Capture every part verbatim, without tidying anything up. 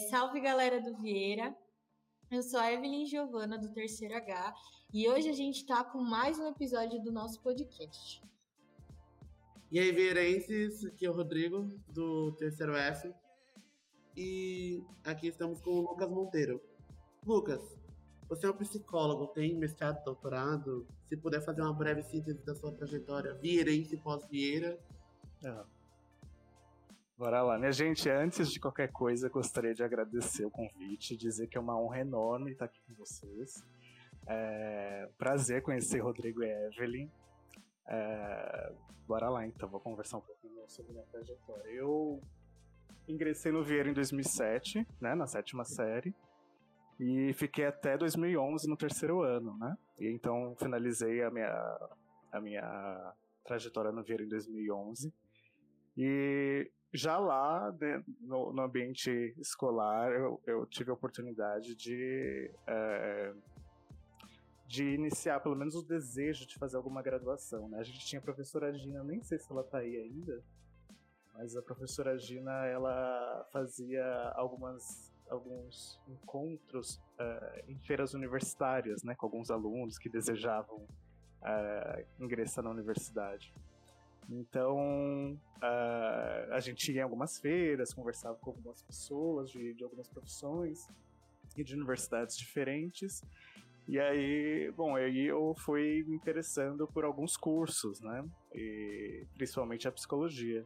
salve galera do Vieira, eu sou a Evelyn Giovana do Terceiro H e hoje a gente tá com mais um episódio do nosso podcast. E aí, vieirenses, aqui é o Rodrigo do Terceiro F e aqui estamos com o Lucas Monteiro. Lucas, você é um psicólogo, tem mestrado, doutorado? Se puder fazer uma breve síntese da sua trajetória vieirense pós-Vieira. Ah. Bora lá, minha gente, antes de qualquer coisa, gostaria de agradecer o convite, dizer que é uma honra enorme estar aqui com vocês. É um prazer conhecer Rodrigo e Evelyn. É... Bora lá então, vou conversar um pouquinho sobre minha trajetória. Eu ingressei no Vieira em dois mil e sete, né, na sétima série, e fiquei até dois mil e onze no terceiro ano, né? E então finalizei a minha, a minha trajetória no Vieira em dois mil e onze. E já lá, né, no, no ambiente escolar, eu, eu tive a oportunidade de, é, de iniciar, pelo menos, o desejo de fazer alguma graduação, né? A gente tinha a professora Gina, nem sei se ela está aí ainda, mas a professora Gina, ela fazia algumas, alguns encontros é, em feiras universitárias, né, com alguns alunos que desejavam é, ingressar na universidade. Então, uh, a gente ia em algumas feiras, conversava com algumas pessoas de, de algumas profissões e de universidades diferentes. E aí, bom, aí eu fui me interessando por alguns cursos, né? E, principalmente a psicologia.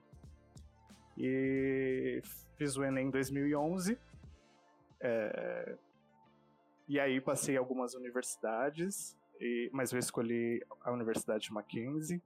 E fiz o Enem em dois mil e onze. É, e aí passei algumas universidades, e, mas eu escolhi a Universidade de Mackenzie.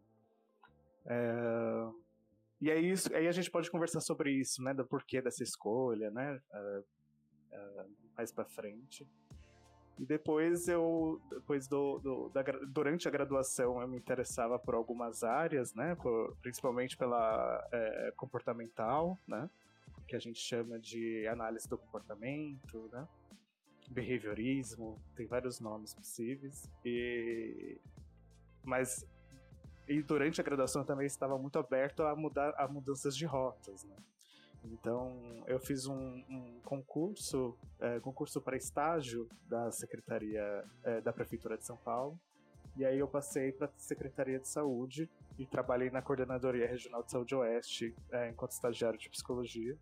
É, e aí, isso, aí a gente pode conversar sobre isso, né, do porquê dessa escolha, né, uh, uh, mais pra frente. E depois eu, depois do, do, da, durante a graduação eu me interessava por algumas áreas, né, por, principalmente pela é, comportamental, né, que a gente chama de análise do comportamento, né, behaviorismo, tem vários nomes possíveis, e, mas E durante a graduação eu também estava muito aberto a, mudar, a mudanças de rotas, né? Então, eu fiz um, um concurso, é, concurso para estágio da Secretaria, é, da Prefeitura de São Paulo. E aí eu passei para a Secretaria de Saúde e trabalhei na Coordenadoria Regional de Saúde Oeste, é, enquanto estagiário de Psicologia.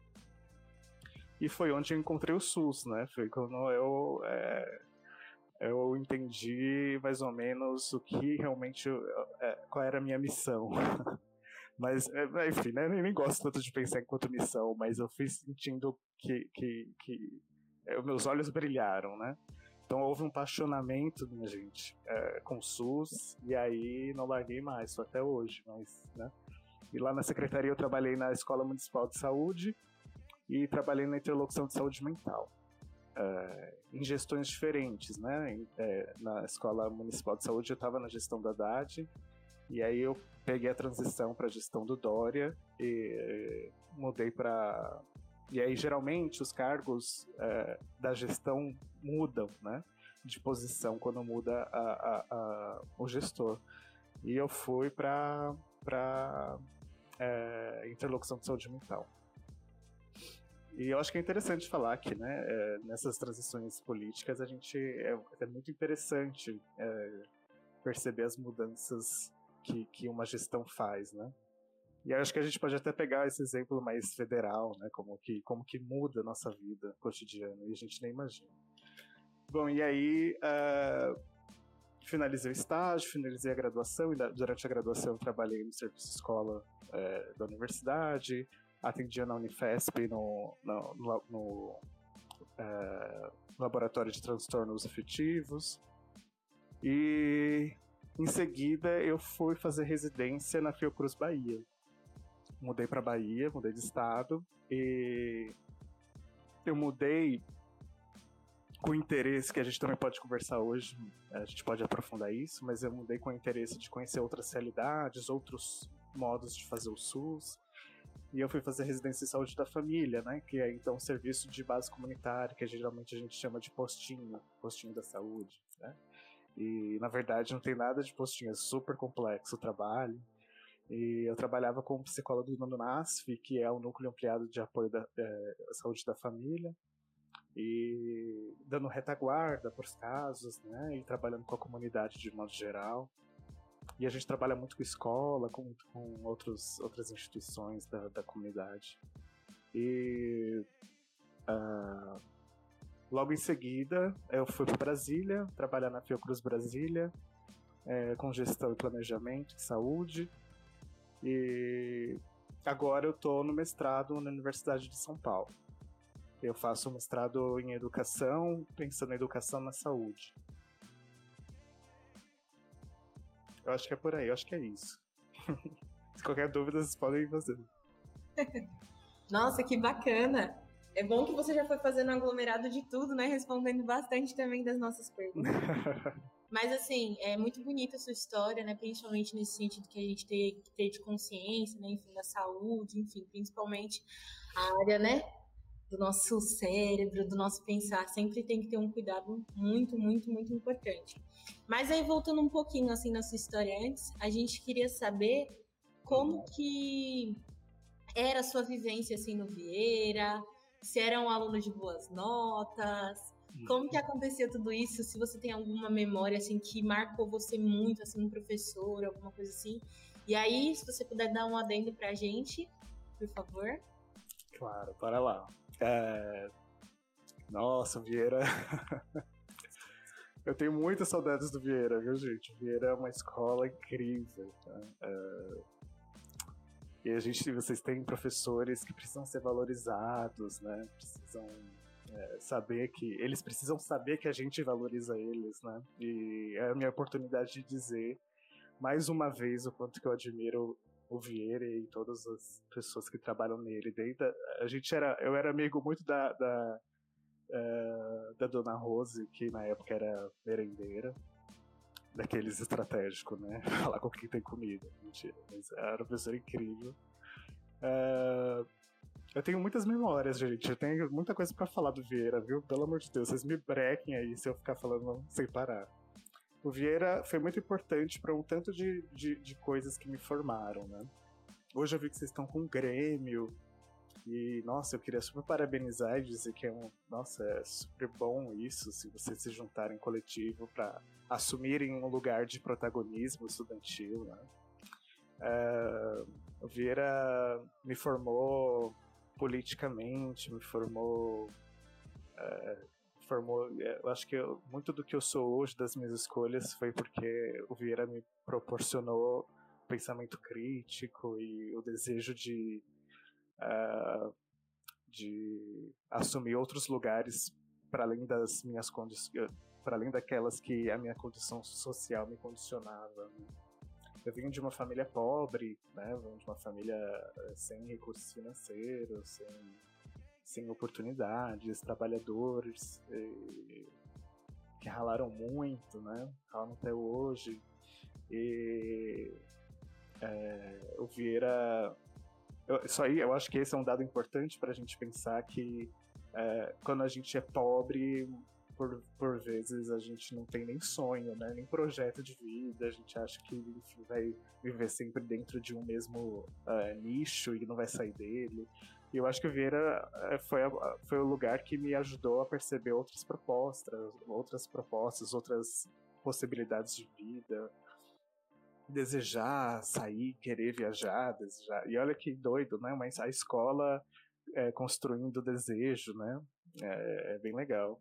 E foi onde eu encontrei o SUS, né? Foi quando eu... É, eu entendi mais ou menos o que realmente, qual era a minha missão. Mas, enfim, né, eu nem gosto tanto de pensar enquanto missão, mas eu fui sentindo que, que, que é, meus olhos brilharam, né? Então houve um apaixonamento, minha gente, é, com o SUS, e aí não larguei mais, só até hoje, mas, né? E lá na secretaria eu trabalhei na Escola Municipal de Saúde e trabalhei na interlocução de saúde mental. Uh, em gestões diferentes, né? Em, é, na Escola Municipal de Saúde eu estava na gestão da Haddad, e aí eu peguei a transição para a gestão do Dória e uh, mudei para... E aí geralmente os cargos uh, da gestão mudam, né? De posição quando muda a, a, a, o gestor. E eu fui para para uh, interlocução de saúde mental. E eu acho que é interessante falar que, né, é, nessas transições políticas a gente é, é muito interessante é, perceber as mudanças que, que uma gestão faz, né? E eu acho que a gente pode até pegar esse exemplo mais federal, né, como que, como que muda a nossa vida cotidiana e a gente nem imagina. Bom, e aí uh, finalizei o estágio, finalizei a graduação, e durante a graduação eu trabalhei no serviço escola é, da universidade, atendia na Unifesp no, no, no, no é, laboratório de transtornos afetivos, e em seguida eu fui fazer residência na Fiocruz Bahia. Mudei para Bahia, mudei de estado, e eu mudei com interesse, que a gente também pode conversar hoje, a gente pode aprofundar isso, mas eu mudei com o interesse de conhecer outras realidades, outros modos de fazer o SUS. E eu fui fazer residência em saúde da família, né? Que é então um serviço de base comunitária, que geralmente a gente chama de postinho, postinho da saúde, né? E na verdade não tem nada de postinho, é super complexo o trabalho. E eu trabalhava como psicólogo no NASF, que é o Núcleo Ampliado de Apoio da é, Saúde da Família. e dando retaguarda para os casos, né, e trabalhando com a comunidade de modo geral. E a gente trabalha muito com escola, com, com outros, outras instituições da, da comunidade. E uh, logo em seguida eu fui para Brasília, trabalhar na Fiocruz Brasília, é, com gestão e planejamento de saúde. E agora eu estou no mestrado na Universidade de São Paulo. Eu faço um mestrado em educação, pensando em educação na saúde. Eu acho que é por aí, eu acho que é isso. Se qualquer dúvida, vocês podem fazer. Nossa, que bacana! É bom que você já foi fazendo um aglomerado de tudo, né? Respondendo bastante também das nossas perguntas. Mas, assim, é muito bonita a sua história, né? Principalmente nesse sentido que a gente tem que ter de consciência, né? Enfim, da saúde, enfim, principalmente a área, né? Do nosso cérebro, do nosso pensar, sempre tem que ter um cuidado muito, muito, muito importante. Mas aí, voltando um pouquinho, assim, na sua história antes, a gente queria saber como que era a sua vivência, assim, no Vieira, se era um aluno de boas notas, como que acontecia tudo isso, se você tem alguma memória, assim, que marcou você muito, assim, um professor, alguma coisa assim. E aí, se você puder dar um adendo pra gente, por favor. Claro, para lá. É... Nossa, o Vieira... Eu tenho muitas saudades do Vieira, viu, gente? O Vieira é uma escola incrível, tá? É... E a gente, vocês têm professores que precisam ser valorizados, né? Precisam é, saber que... Eles precisam saber que a gente valoriza eles, né? E é a minha oportunidade de dizer, mais uma vez, o quanto que eu admiro o Vieira e todas as pessoas que trabalham nele. Desde a, a gente era, eu era amigo muito da, da, uh, da Dona Rose, que na época era merendeira, daqueles estratégicos, né? Falar com quem tem comida. Mentira, mas era uma pessoa incrível. Uh, eu tenho muitas memórias, gente. Eu tenho muita coisa pra falar do Vieira, viu? Pelo amor de Deus, vocês me brequem aí se eu ficar falando sem parar. O Vieira foi muito importante para um tanto de, de, de coisas que me formaram, né? Hoje eu vi que vocês estão com um Grêmio e, nossa, eu queria super parabenizar e dizer que é um, nossa, é super bom isso, se vocês se juntarem coletivo para assumirem um lugar de protagonismo estudantil, né? Uh, o Vieira me formou politicamente, me formou... Uh, formou, eu acho que eu, muito do que eu sou hoje, das minhas escolhas, foi porque o Vieira me proporcionou pensamento crítico e o desejo de, uh, de assumir outros lugares para além das minhas condições, para além daquelas que a minha condição social me condicionava. Eu vim de uma família pobre, né? Eu vim de uma família sem recursos financeiros, sem sem oportunidades, trabalhadores e, que ralaram muito, né? Ralam até hoje. E é, o Vieira... Eu, isso aí, eu acho que esse é um dado importante para a gente pensar que é, quando a gente é pobre, por, por vezes a gente não tem nem sonho, né? Nem projeto de vida, a gente acha que enfim, vai viver sempre dentro de um mesmo uh, nicho e não vai sair dele. E eu acho que o Vieira foi, foi o lugar que me ajudou a perceber outras propostas, outras propostas, outras possibilidades de vida. Desejar, sair, querer viajar, desejar. E olha que doido, né? Mas a escola é, construindo desejo, né? É, é bem legal.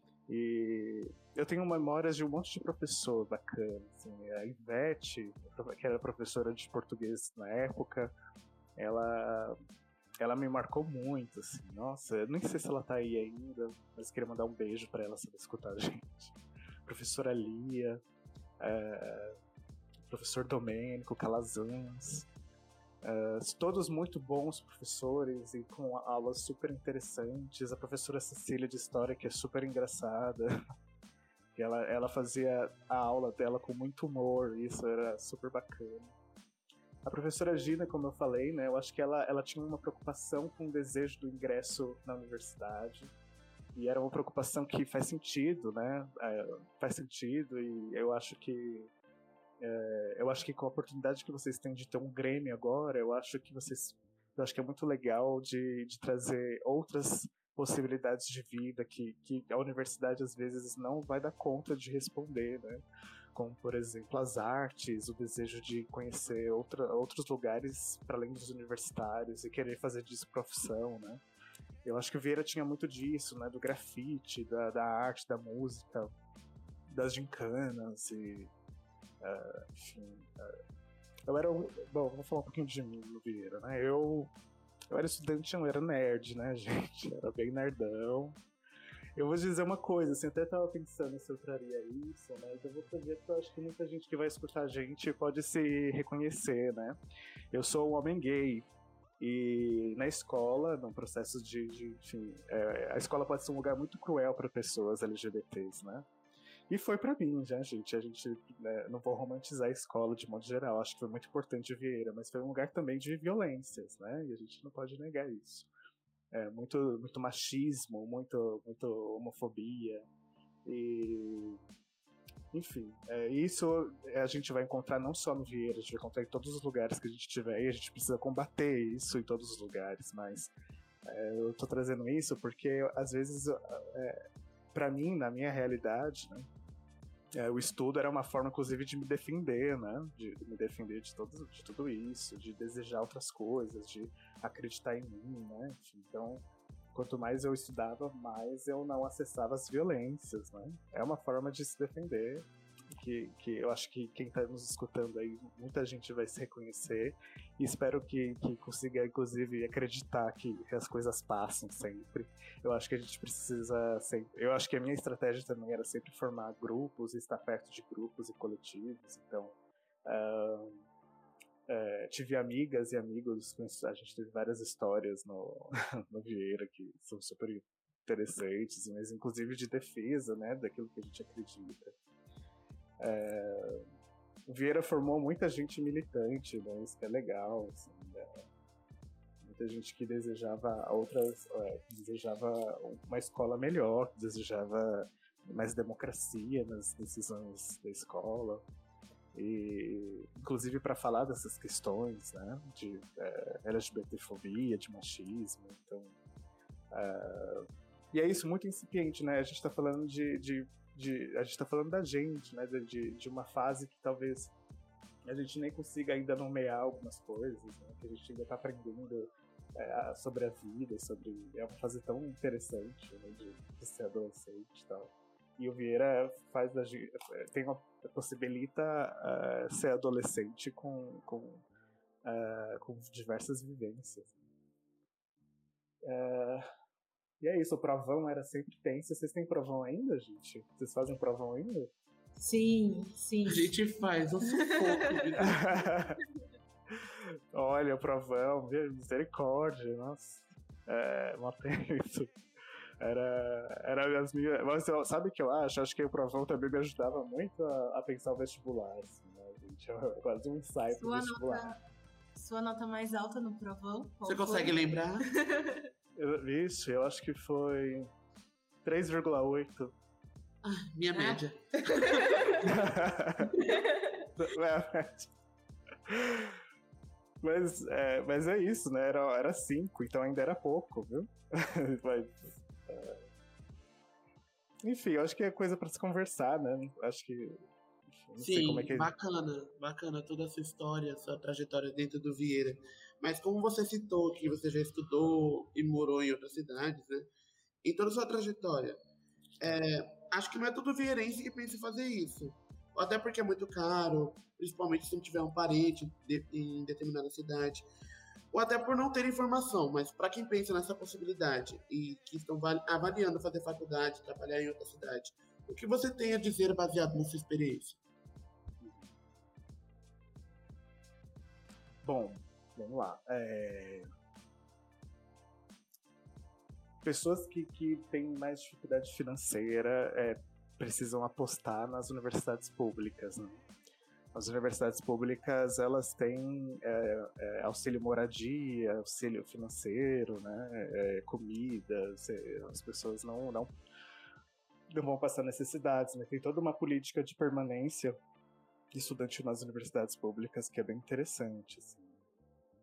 E eu tenho memórias de um monte de professor bacana. Assim, a Ivete, que era professora de português na época, ela... ela me marcou muito, assim, nossa, eu nem sei se ela tá aí ainda, mas queria mandar um beijo pra ela se ela escutar a gente. Professora Lia, é, professor Domênico, Calazans, é, todos muito bons professores e com aulas super interessantes. A professora Cecília de História, que é super engraçada, que ela, ela fazia a aula dela com muito humor, isso era super bacana. A professora Gina, como eu falei, né, eu acho que ela, ela tinha uma preocupação com o desejo do ingresso na universidade, e era uma preocupação que faz sentido, né, é, faz sentido, e eu acho que é, eu acho que com a oportunidade que vocês têm de ter um Grêmio agora, eu acho que vocês, eu acho que é muito legal de, de trazer outras possibilidades de vida que, que a universidade às vezes não vai dar conta de responder, né? Como, por exemplo, as artes, o desejo de conhecer outra, outros lugares para além dos universitários e querer fazer disso profissão, né? Eu acho que o Vieira tinha muito disso, né? Do grafite, da, da arte, da música, das gincanas e... Uh, enfim... Uh, eu era... Um, bom, vou falar um pouquinho de mim no Vieira, né? Eu, eu era estudante, eu era nerd, né, gente? Eu era bem nerdão. Eu vou dizer uma coisa, assim, até tava pensando se eu traria isso, mas eu vou dizer que eu acho que muita gente que vai escutar a gente pode se reconhecer, né? Eu sou um homem gay e na escola, num processo de, de enfim, é, a escola pode ser um lugar muito cruel para pessoas L G B Ts, né? E foi pra mim, já, gente, a gente, né, não vou romantizar a escola de modo geral, acho que foi muito importante o Vieira, mas foi um lugar também de violências, né? E a gente não pode negar isso. É, muito, muito machismo, muito, muito homofobia e enfim, é, isso a gente vai encontrar não só no Vieira, a gente vai encontrar em todos os lugares que a gente tiver e a gente precisa combater isso em todos os lugares, mas é, eu tô trazendo isso porque às vezes é, pra mim, na minha realidade, né, é, o estudo era uma forma inclusive de me defender, né, de, de me defender de, todo, de tudo isso, de desejar outras coisas, de acreditar em mim, né? Então, quanto mais eu estudava, mais eu não acessava as violências, né? É uma forma de se defender, que, que eu acho que quem está nos escutando aí, muita gente vai se reconhecer, e espero que, que consiga, inclusive, acreditar que as coisas passam sempre. Eu acho que a gente precisa sempre... Eu acho que a minha estratégia também era sempre formar grupos, estar perto de grupos e coletivos, então... Uh, É, tive amigas e amigos, a gente teve várias histórias no, no Vieira que são super interessantes, mas inclusive de defesa, né, daquilo que a gente acredita. É, o Vieira formou muita gente militante, né, isso que é legal, assim, né, muita gente que desejava outras, é, desejava uma escola melhor, desejava mais democracia nas decisões da escola. E, inclusive para falar dessas questões, né, de é, LGBTfobia, de machismo, então é, e é isso, muito incipiente, né, a gente está falando de, de, de a gente está falando da gente, né, de, de uma fase que talvez a gente nem consiga ainda nomear algumas coisas, né, que a gente ainda está aprendendo é, sobre a vida, sobre, é uma fase tão interessante, né, de, de ser adolescente e tal. E o Vieira faz a, tem uma, possibilita uh, ser adolescente com, com, uh, com diversas vivências. Uh, e é isso, o provão era sempre tenso. Vocês têm provão ainda, gente? Vocês fazem provão ainda? Sim, sim. A gente faz um sufoco. Olha, o provão, misericórdia, nossa. É, matei isso. Era, era as minhas. Mas sabe o que eu acho? Acho que o provão também me ajudava muito a, a pensar o vestibular, assim, né, gente? Quase um ensaio pro vestibular. Nota, sua nota mais alta no provão? Você consegue lembrar? eu, Vixe, eu acho que foi três vírgula oito. Ah, minha ah. média. mas, é, mas é isso, né? Era, era cinco, então ainda era pouco, viu? Mas. Enfim, eu acho que é coisa pra se conversar, né? Acho que... Enfim, não Sim, sei como é que... bacana, bacana toda essa história, essa trajetória dentro do Vieira. Mas como você citou que você já estudou e morou em outras cidades, né? Em toda a sua trajetória, é, acho que não é todo vieirense que pensa em fazer isso. Até porque é muito caro, principalmente se não tiver um parente de, em determinada cidade. Ou até por não ter informação, mas para quem pensa nessa possibilidade e que estão avaliando fazer faculdade, trabalhar em outra cidade, o que você tem a dizer baseado na sua experiência? Bom, vamos lá. É... Pessoas que, que têm mais dificuldade financeira é, precisam apostar nas universidades públicas, né? As universidades públicas, elas têm é, é, auxílio moradia, auxílio financeiro, né, é, comida, as pessoas não, não, não vão passar necessidades, né? Tem toda uma política de permanência estudantil nas universidades públicas que é bem interessante, assim.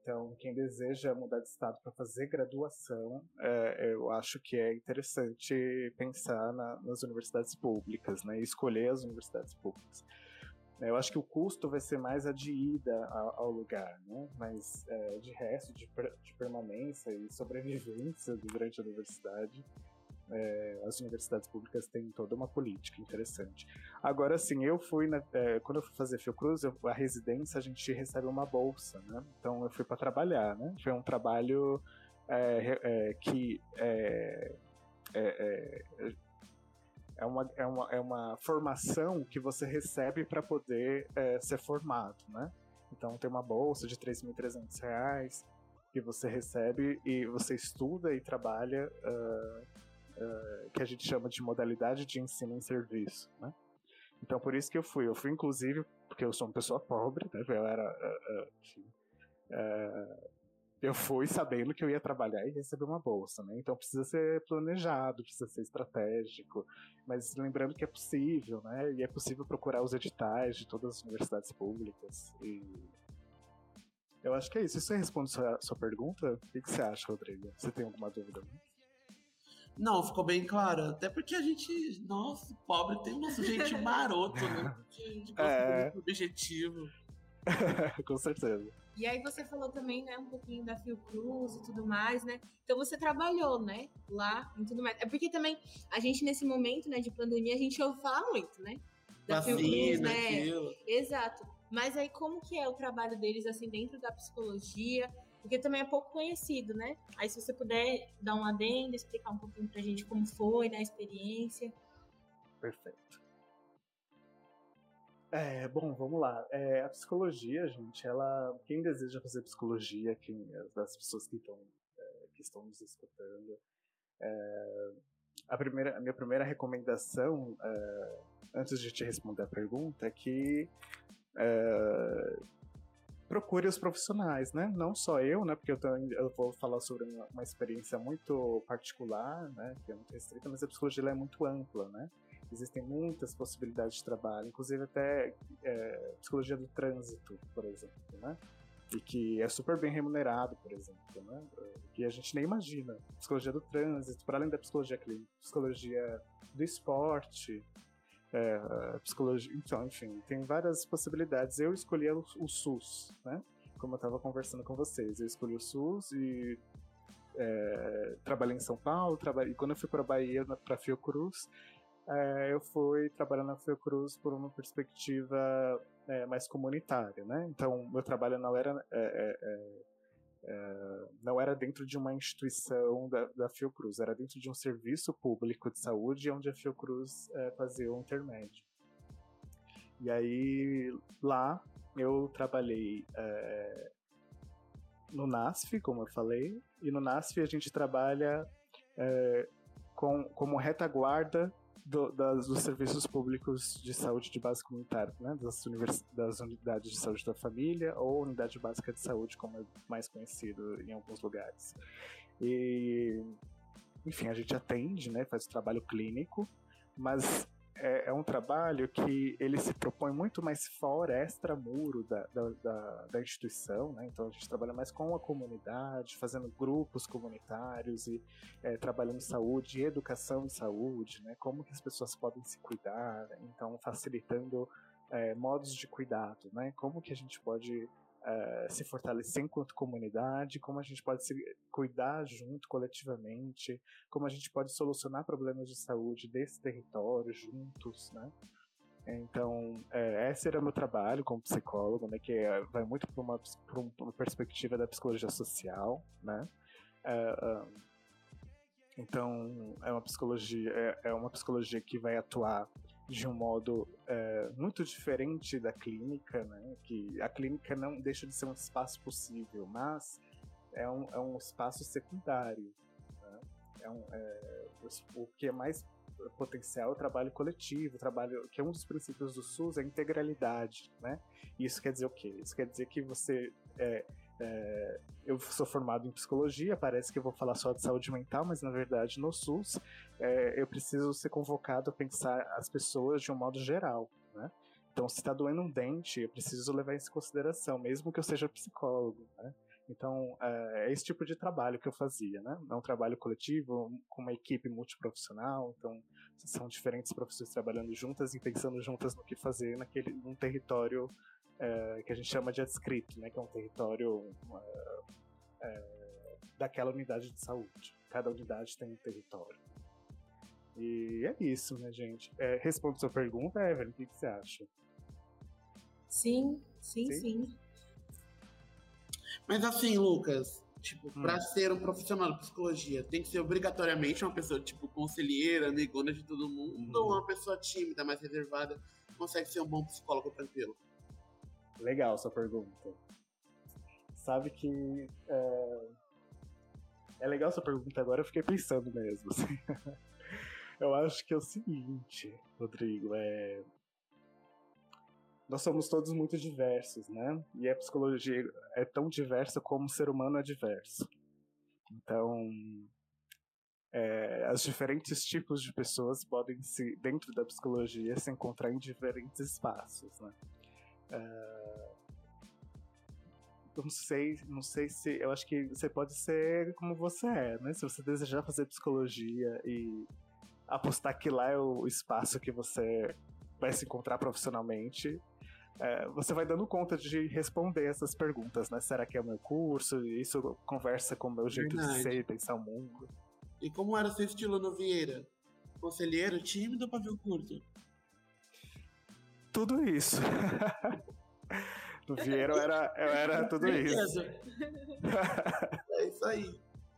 Então, quem deseja mudar de estado para fazer graduação, é, eu acho que é interessante pensar na, nas universidades públicas, né? E escolher as universidades públicas. Eu acho que o custo vai ser mais a de ida ao, ao lugar, né? Mas é, de resto, de, de permanência e sobrevivência durante a universidade, é, as universidades públicas têm toda uma política interessante. Agora, assim, eu fui, na, é, quando eu fui fazer Fiocruz, eu, a residência, a gente recebe uma bolsa, né? Então eu fui para trabalhar, né? Foi um trabalho é, é, que é, é, é, é, uma, é, uma, é uma formação que você recebe para poder é, ser formado, né? Então tem uma bolsa de três mil e trezentos reais que você recebe e você estuda e trabalha uh, Uh, que a gente chama de modalidade de ensino em serviço, né? Então por isso que eu fui. Eu fui inclusive porque eu sou uma pessoa pobre, né? Eu era, uh, uh, enfim, uh, eu fui sabendo que eu ia trabalhar e receber uma bolsa, né? Então precisa ser planejado, precisa ser estratégico, mas lembrando que é possível, né? E é possível procurar os editais de todas as universidades públicas. E eu acho que é isso. Isso responde a sua, sua pergunta? O que, que você acha, Rodrigo? Você tem alguma dúvida? Não, ficou bem claro. Até porque a gente, nossa, pobre, tem um nosso jeitinho maroto, né? De conseguir é... esse objetivo. Com certeza. E aí você falou também, né, um pouquinho da Fiocruz e tudo mais, né? Então você trabalhou, né, lá e tudo mais. É porque também a gente, nesse momento, né, de pandemia, a gente ouve falar muito, né? Da Vacina, Fiocruz, né? Aquilo. Exato. Mas aí como que é o trabalho deles, assim, dentro da psicologia? Porque também é pouco conhecido, né? Aí se você puder dar um adendo, explicar um pouquinho pra gente como foi, né, a experiência. Perfeito. É, bom, vamos lá. É, a psicologia, gente, ela, quem deseja fazer psicologia, quem, as pessoas que estão, é, que estão nos escutando, é, a, primeira, a minha primeira recomendação, é, antes de te responder a pergunta, é que é, procure os profissionais, né? Não só eu, né? Porque eu, tô, eu vou falar sobre uma, uma experiência muito particular, né? Que é muito restrita, mas a psicologia ela é muito ampla, né? Existem muitas possibilidades de trabalho, inclusive até é, psicologia do trânsito, por exemplo, né? E que é super bem remunerado, por exemplo, né? Que a gente nem imagina. Psicologia do trânsito, para além da psicologia clínica, psicologia do esporte, É, psicologia, então, enfim, tem várias possibilidades. Eu escolhi o, o SUS, né? Como eu estava conversando com vocês, eu escolhi o SUS e é, trabalhei em São Paulo. Trabalhei, e quando eu fui para a Bahia, para Fiocruz, é, eu fui trabalhar na Fiocruz por uma perspectiva é, mais comunitária, né? Então, meu trabalho não era é, é, é, não era dentro de uma instituição da, da Fiocruz, era dentro de um serviço público de saúde onde a Fiocruz é, fazia o intermédio. E aí, lá, eu trabalhei é, no NASF, como eu falei, e no NASF a gente trabalha é, com, como retaguarda do, das, dos serviços públicos de saúde de base comunitária, né? das, univers, das unidades de saúde da família ou unidade básica de saúde, como é mais conhecido em alguns lugares. E, enfim, a gente atende, né? Faz o trabalho clínico, mas é, é um trabalho que ele se propõe muito mais fora, extramuro da, da, da, da instituição, né? Então a gente trabalha mais com a comunidade, fazendo grupos comunitários e é, trabalhando saúde e educação em saúde, né? Como que as pessoas podem se cuidar, então facilitando é, modos de cuidado, né? Como que a gente pode é, se fortalecer enquanto comunidade, como a gente pode se cuidar junto, coletivamente, como a gente pode solucionar problemas de saúde desse território juntos, né? Então, é, esse era o meu trabalho como psicólogo, né? Que é, vai muito para uma, uma perspectiva da psicologia social, né? É, então, é uma psicologia, é, é uma psicologia que vai atuar de um modo é, muito diferente da clínica, né? Que a clínica não deixa de ser um espaço possível, mas é um, é um espaço secundário, né? É um, é, o que é mais potencial é o trabalho coletivo, o trabalho, que é um dos princípios do SUS, é a integralidade, né? Isso quer dizer o quê? Isso quer dizer que você... É, é, eu sou formado em psicologia, parece que eu vou falar só de saúde mental, mas na verdade no SUS é, eu preciso ser convocado a pensar as pessoas de um modo geral, né? Então, se está doendo um dente, eu preciso levar isso em consideração, mesmo que eu seja psicólogo, né? Então, é esse tipo de trabalho que eu fazia, né? É um trabalho coletivo, com uma equipe multiprofissional, então são diferentes profissões trabalhando juntas e pensando juntas no que fazer naquele, num território é, que a gente chama de adscrito, né? Que é um território é, é, daquela unidade de saúde. Cada unidade tem um território. E é isso, né, gente? É, respondo sua pergunta, Evelyn, o que, que você acha? Sim, sim, sim. sim. Mas assim, Lucas, tipo, hum. pra ser um profissional de psicologia, tem que ser obrigatoriamente uma pessoa, tipo, conselheira, amigona de todo mundo, hum. ou uma pessoa tímida, mais reservada, consegue ser um bom psicólogo tranquilo? Legal sua pergunta. Sabe que é, é legal sua pergunta agora, eu fiquei pensando mesmo, assim. Eu acho que é o seguinte, Rodrigo, é... nós somos todos muito diversos, né? E a psicologia é tão diversa como o ser humano é diverso. Então, é, os diferentes tipos de pessoas podem, se, dentro da psicologia, se encontrar em diferentes espaços, né? É, não sei, não sei se... Eu acho que você pode ser como você é, né? Se você desejar fazer psicologia e apostar que lá é o espaço que você vai se encontrar profissionalmente, é, você vai dando conta de responder essas perguntas, né? Será que é o meu curso? Isso conversa com o meu jeito Verdade. de ser e pensar o mundo. E como era seu estilo no Vieira? Conselheiro, tímido ou pavio curto? Tudo isso. No Vieira eu era, eu era tudo isso. É isso aí.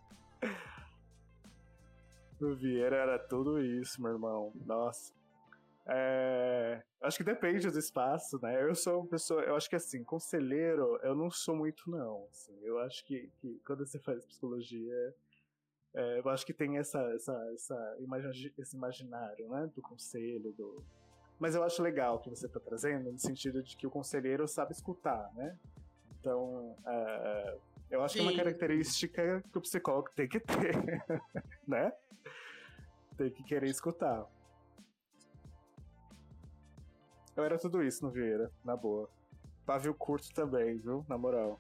No Vieira era tudo isso, meu irmão. Nossa. É, acho que depende do espaço, né? Eu sou uma pessoa, eu acho que assim, conselheiro, eu não sou muito, não. Assim, eu acho que, que quando você faz psicologia, é, eu acho que tem essa, essa, essa imagi- esse imaginário, né? Do conselho, do... Mas eu acho legal o que você está trazendo, no sentido de que o conselheiro sabe escutar, né? Então, é, eu acho Sim. que é uma característica que o psicólogo tem que ter, né? Tem que querer escutar. Eu era tudo isso no Vieira, na boa. Pavio curto também, viu? Na moral.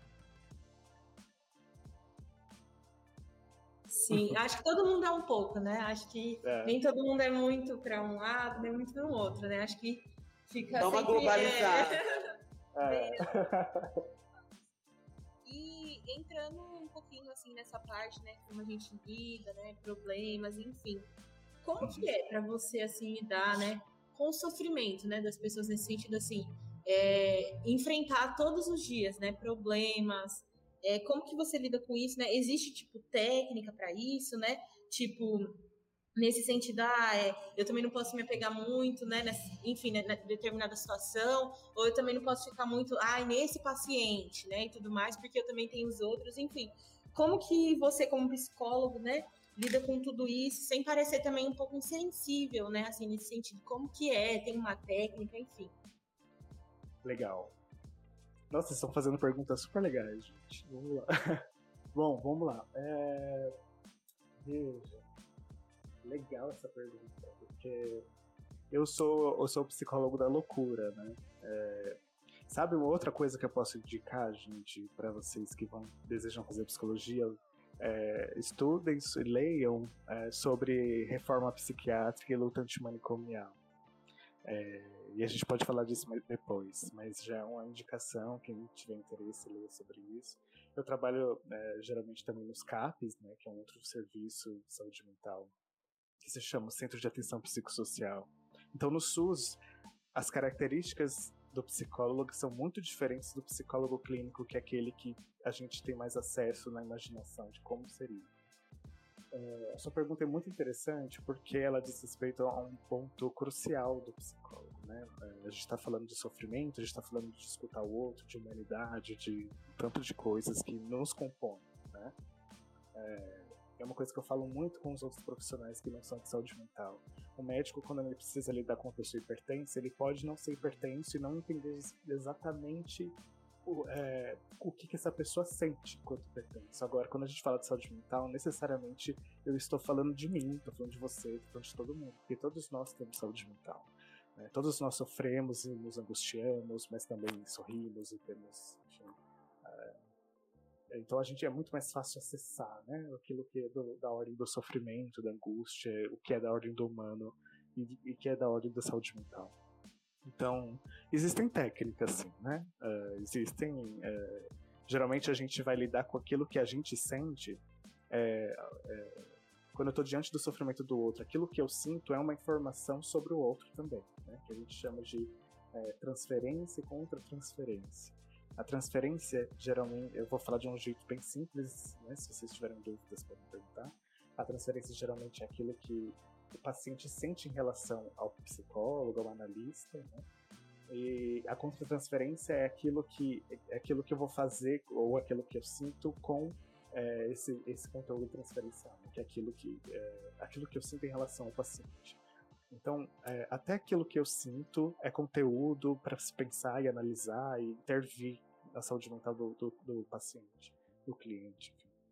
Sim, acho que todo mundo é um pouco, né? Acho que é. nem todo mundo é muito para um lado, nem muito para o outro, né? Acho que fica Dá uma sempre... globalizada. É. É. E entrando um pouquinho assim nessa parte, né? Como a gente lida, né? Problemas, enfim. Como que é para você, assim, lidar, né? Com o sofrimento, né, das pessoas nesse sentido, assim, é, enfrentar todos os dias, né, problemas, é, como que você lida com isso, né, existe, tipo, técnica para isso, né, tipo, nesse sentido, ah, é, eu também não posso me apegar muito, né, nessa, enfim, né, na determinada situação, ou eu também não posso ficar muito, ah, nesse paciente, né, e tudo mais, porque eu também tenho os outros, enfim, como que você, como psicólogo, né, lida com tudo isso, sem parecer também um pouco insensível, né? Assim, nesse sentido, como que é, tem uma técnica, enfim. Legal. Nossa, vocês estão fazendo perguntas super legais, gente. Vamos lá. Bom, vamos lá. É... Veja. Legal essa pergunta, porque eu sou, eu sou o psicólogo da loucura, né? É... Sabe uma outra coisa que eu posso indicar, gente, para vocês que vão, desejam fazer psicologia? É, estudem e leiam é, sobre reforma psiquiátrica e luta antimanicomial. É, e a gente pode falar disso depois, mas já é uma indicação, quem tiver interesse, leia sobre isso. Eu trabalho é, geralmente também nos CAPs, né, que é um outro serviço de saúde mental, que se chama Centro de Atenção Psicossocial. Então, no SUS, as características do psicólogo são muito diferentes do psicólogo clínico, que é aquele que a gente tem mais acesso na imaginação de como seria. É, a sua pergunta é muito interessante porque ela diz respeito a um ponto crucial do psicólogo, né? É, a gente está falando de sofrimento, a gente está falando de escutar o outro, de humanidade, de tanto de coisas que nos compõem, né? É, é uma coisa que eu falo muito com os outros profissionais que não são de saúde mental. O médico, quando ele precisa lidar com uma pessoa hipertensa, ele pode não ser hipertenso e não entender exatamente o, é, o que, que essa pessoa sente enquanto hipertenso. Agora, quando a gente fala de saúde mental, necessariamente eu estou falando de mim, estou falando de você, estou falando de todo mundo, porque todos nós temos saúde mental. Né? Todos nós sofremos e nos angustiamos, mas também sorrimos e temos, enfim, é, Então a gente é muito mais fácil acessar, né? Aquilo que é do, da ordem do sofrimento, da angústia, o que é da ordem do humano e, e que é da ordem da saúde mental. Então, existem técnicas, sim, né? Uh, existem... Uh, geralmente a gente vai lidar com aquilo que a gente sente. É, é, quando eu estou diante do sofrimento do outro, aquilo que eu sinto é uma informação sobre o outro também, né? Que a gente chama de é, transferência e contra-transferência. A transferência, geralmente, eu vou falar de um jeito bem simples, né? Se vocês tiverem dúvidas, podem perguntar. A transferência geralmente é aquilo que o paciente sente em relação ao psicólogo, ao analista, né? E a contra-transferência é aquilo que, é aquilo que eu vou fazer, ou aquilo que eu sinto com é, esse, esse conteúdo transferencial, que é aquilo que, é, aquilo que eu sinto em relação ao paciente. Então, é, até aquilo que eu sinto é conteúdo para se pensar e analisar e intervir na saúde mental do, do, do paciente, do cliente.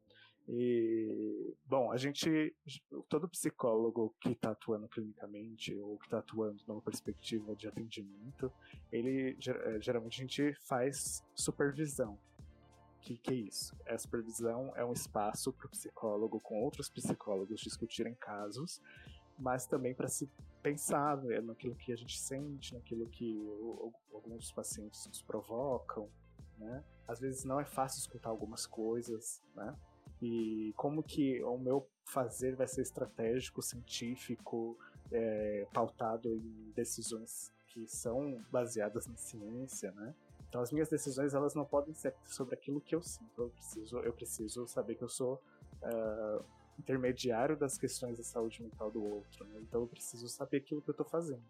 E, bom, a gente, todo psicólogo que está atuando clinicamente ou que está atuando numa perspectiva de atendimento, ele, geralmente a gente faz supervisão. O que, que é isso? A supervisão é um espaço para o psicólogo com outros psicólogos discutirem casos, mas também para se pensar, né, naquilo que a gente sente, naquilo que o, alguns pacientes nos provocam, né? Às vezes não é fácil escutar algumas coisas, né? E como que o meu fazer vai ser estratégico, científico, é, pautado em decisões que são baseadas na ciência, né? Então as minhas decisões, elas não podem ser sobre aquilo que eu sinto. Eu preciso, eu preciso saber que eu sou uh, intermediário das questões da saúde mental do outro, né? Então eu preciso saber aquilo que eu estou fazendo.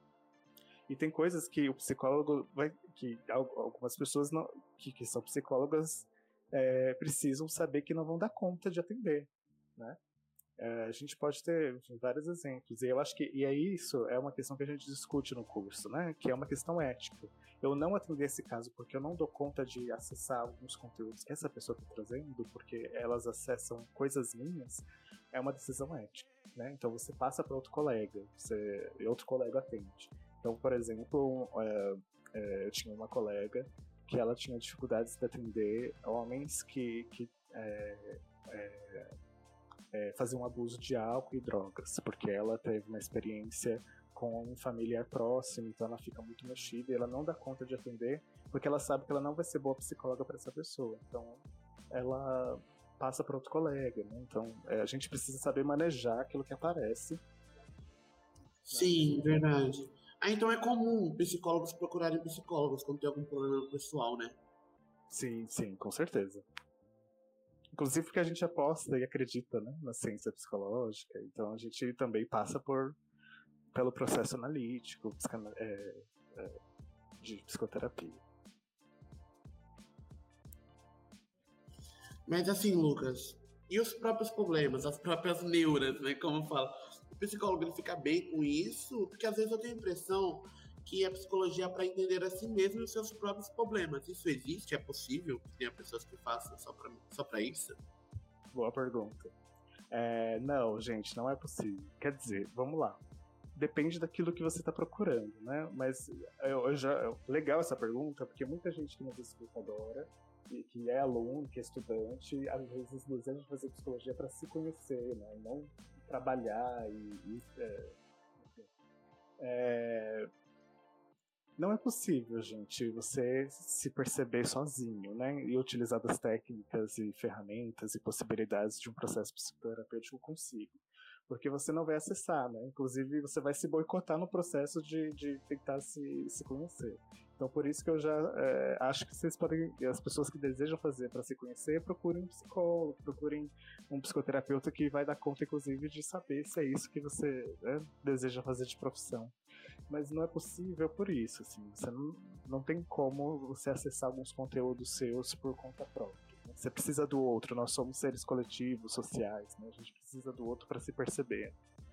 E tem coisas que o psicólogo vai, que algumas pessoas não, que, que são psicólogas É, precisam saber que não vão dar conta de atender, né? É, a gente pode ter enfim, vários exemplos, e eu acho que e é isso é uma questão que a gente discute no curso, né? Que é uma questão ética. Eu não atender esse caso porque eu não dou conta de acessar alguns conteúdos que essa pessoa está trazendo, porque elas acessam coisas minhas, é uma decisão ética, né? Então você passa para outro colega, você, outro colega atende. Então, por exemplo, é, é, eu tinha uma colega que ela tinha dificuldades de atender homens que, que é, é, é, faziam abuso de álcool e drogas, porque ela teve uma experiência com um familiar próximo, então ela fica muito mexida e ela não dá conta de atender, porque ela sabe que ela não vai ser boa psicóloga para essa pessoa. Então, ela passa para outro colega, né? Então, é, a gente precisa saber manejar aquilo que aparece. Sim, né? Verdade. Ah, então é comum psicólogos procurarem psicólogos quando tem algum problema pessoal, né? Sim, sim, com certeza. Inclusive porque a gente aposta e acredita, né, na ciência psicológica, então a gente também passa por, pelo processo analítico, psicana, é, é, de psicoterapia. Mas assim, Lucas, e os próprios problemas, as próprias neuras, né, como fala? O psicólogo ele fica bem com isso? Porque às vezes eu tenho a impressão que a psicologia é para entender a si mesmo e os seus próprios problemas. Isso existe? É possível que tenha pessoas que façam só para só para isso? Boa pergunta. É, não, gente, não é possível. Quer dizer, vamos lá. Depende daquilo que você está procurando, né? Mas eu, eu já, legal essa pergunta, porque muita gente que nos escuta agora, que, que é aluno, que é estudante, às vezes deseja fazer psicologia para se conhecer, né? E não trabalhar e... e é, enfim. É, não é possível, gente, você se perceber sozinho, né? E utilizar das técnicas e ferramentas e possibilidades de um processo psicoterapêutico consigo. Porque você não vai acessar, né? Inclusive, você vai se boicotar no processo de, de tentar se, se conhecer. Então, por isso que eu já é, acho que vocês podem, as pessoas que desejam fazer para se conhecer, procurem um psicólogo, procurem um psicoterapeuta que vai dar conta, inclusive, de saber se é isso que você, né, deseja fazer de profissão. Mas não é possível por isso, assim, você não, não tem como você acessar alguns conteúdos seus por conta própria. Né? Você precisa do outro, nós somos seres coletivos, sociais, né? A gente precisa do outro para se perceber.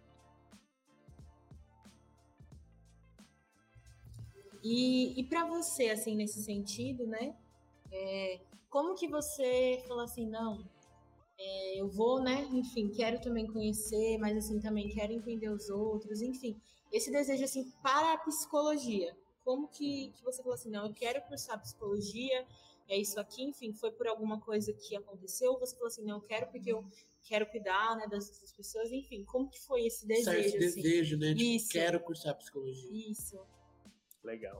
E, e para você, assim, nesse sentido, né, é, como que você falou assim, não, é, eu vou, né, enfim, quero também conhecer, mas assim, também quero entender os outros, enfim, esse desejo, assim, para a psicologia, como que, que você falou assim, não, eu quero cursar psicologia, é isso aqui, enfim, foi por alguma coisa que aconteceu, ou você falou assim, não, eu quero porque eu quero cuidar, né, das outras pessoas, enfim, como que foi esse desejo? Certo, assim? desejo, né, tipo, Isso. quero cursar psicologia. Isso. Legal.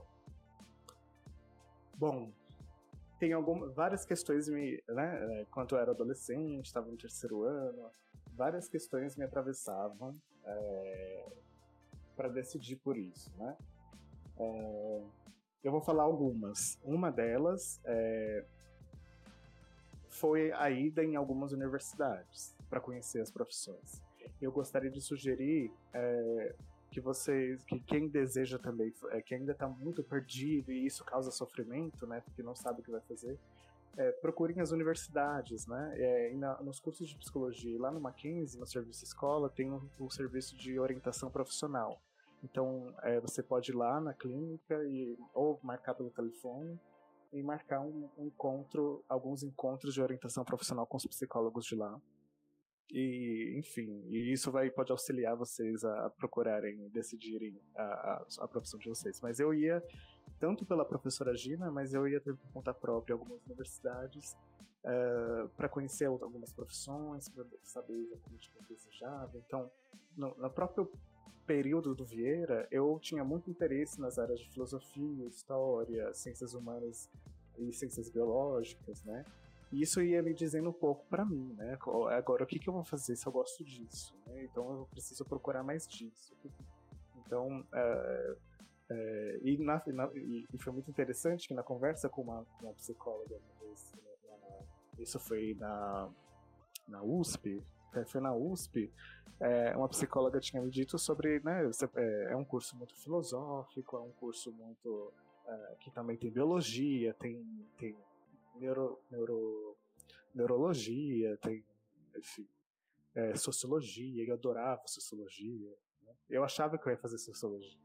Bom, tem algumas, várias questões, me, né, quando eu era adolescente, estava no terceiro ano, várias questões me atravessavam é, para decidir por isso, né? É, eu vou falar algumas. Uma delas é, foi a ida em algumas universidades para conhecer as profissões. Eu gostaria de sugerir é, que vocês, que quem deseja também, é, que ainda está muito perdido e isso causa sofrimento, né, porque não sabe o que vai fazer, é, procurem as universidades, né, é, e na, nos cursos de psicologia, lá no Mackenzie, no serviço escola, tem um, um serviço de orientação profissional. Então, é, você pode ir lá na clínica e, ou marcar pelo telefone e marcar um, um encontro, alguns encontros de orientação profissional com os psicólogos de lá. E, enfim, e isso vai, pode auxiliar vocês a, a procurarem, decidirem a, a, a profissão de vocês. Mas eu ia, tanto pela professora Gina, mas eu ia por conta própria em algumas universidades uh, para conhecer algumas profissões, para saber exatamente o que eu desejava. Então, no, no próprio período do Vieira, eu tinha muito interesse nas áreas de filosofia, história, ciências humanas e ciências biológicas, né? E isso ia me dizendo um pouco para mim, né? Agora, o que, que eu vou fazer se eu gosto disso? Né? Então, eu preciso procurar mais disso. Então, é, é, e, na, na, e foi muito interessante que na conversa com uma, uma psicóloga, isso foi na, na U S P, foi na U S P, é, uma psicóloga tinha me dito sobre, né, é, é um curso muito filosófico, é um curso muito, é, que também tem biologia, tem, tem neuro, neuro, neurologia, tem, enfim, é, sociologia, eu adorava sociologia, né? Eu achava que eu ia fazer sociologia.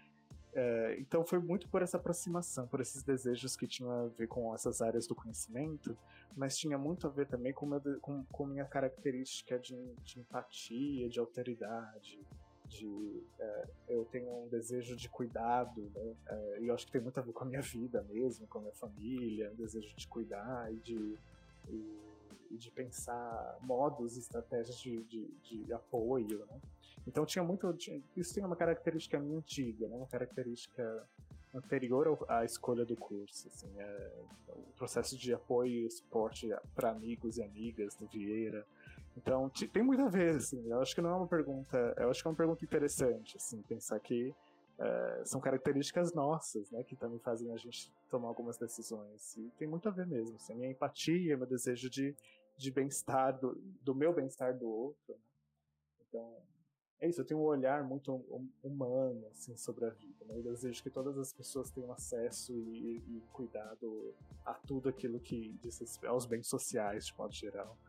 É, então foi muito por essa aproximação, por esses desejos que tinham a ver com essas áreas do conhecimento, mas tinha muito a ver também com, meu, com, com minha característica de, de empatia, de alteridade, de, é, eu tenho um desejo de cuidado, né? É, e eu acho que tem muito a ver com a minha vida mesmo, com a minha família, um desejo de cuidar e de, e, e de pensar modos, estratégias de, de, de apoio, né? Então tinha muito, tinha, isso tem uma característica minha antiga, né? Uma característica anterior à escolha do curso, assim, é, o processo de apoio e suporte para amigos e amigas do Vieira. Então tem muito a ver, assim, eu acho que não é uma pergunta, eu acho que é uma pergunta interessante, assim, pensar que é, são características nossas, né, que também fazem a gente tomar algumas decisões, e tem muito a ver mesmo, assim, a minha empatia, meu desejo de, de bem-estar, do, do meu bem-estar do outro, né? Então é isso, eu tenho um olhar muito humano, assim, sobre a vida, né? Eu desejo que todas as pessoas tenham acesso e, e cuidado a tudo aquilo que diz aos bens sociais, de modo geral.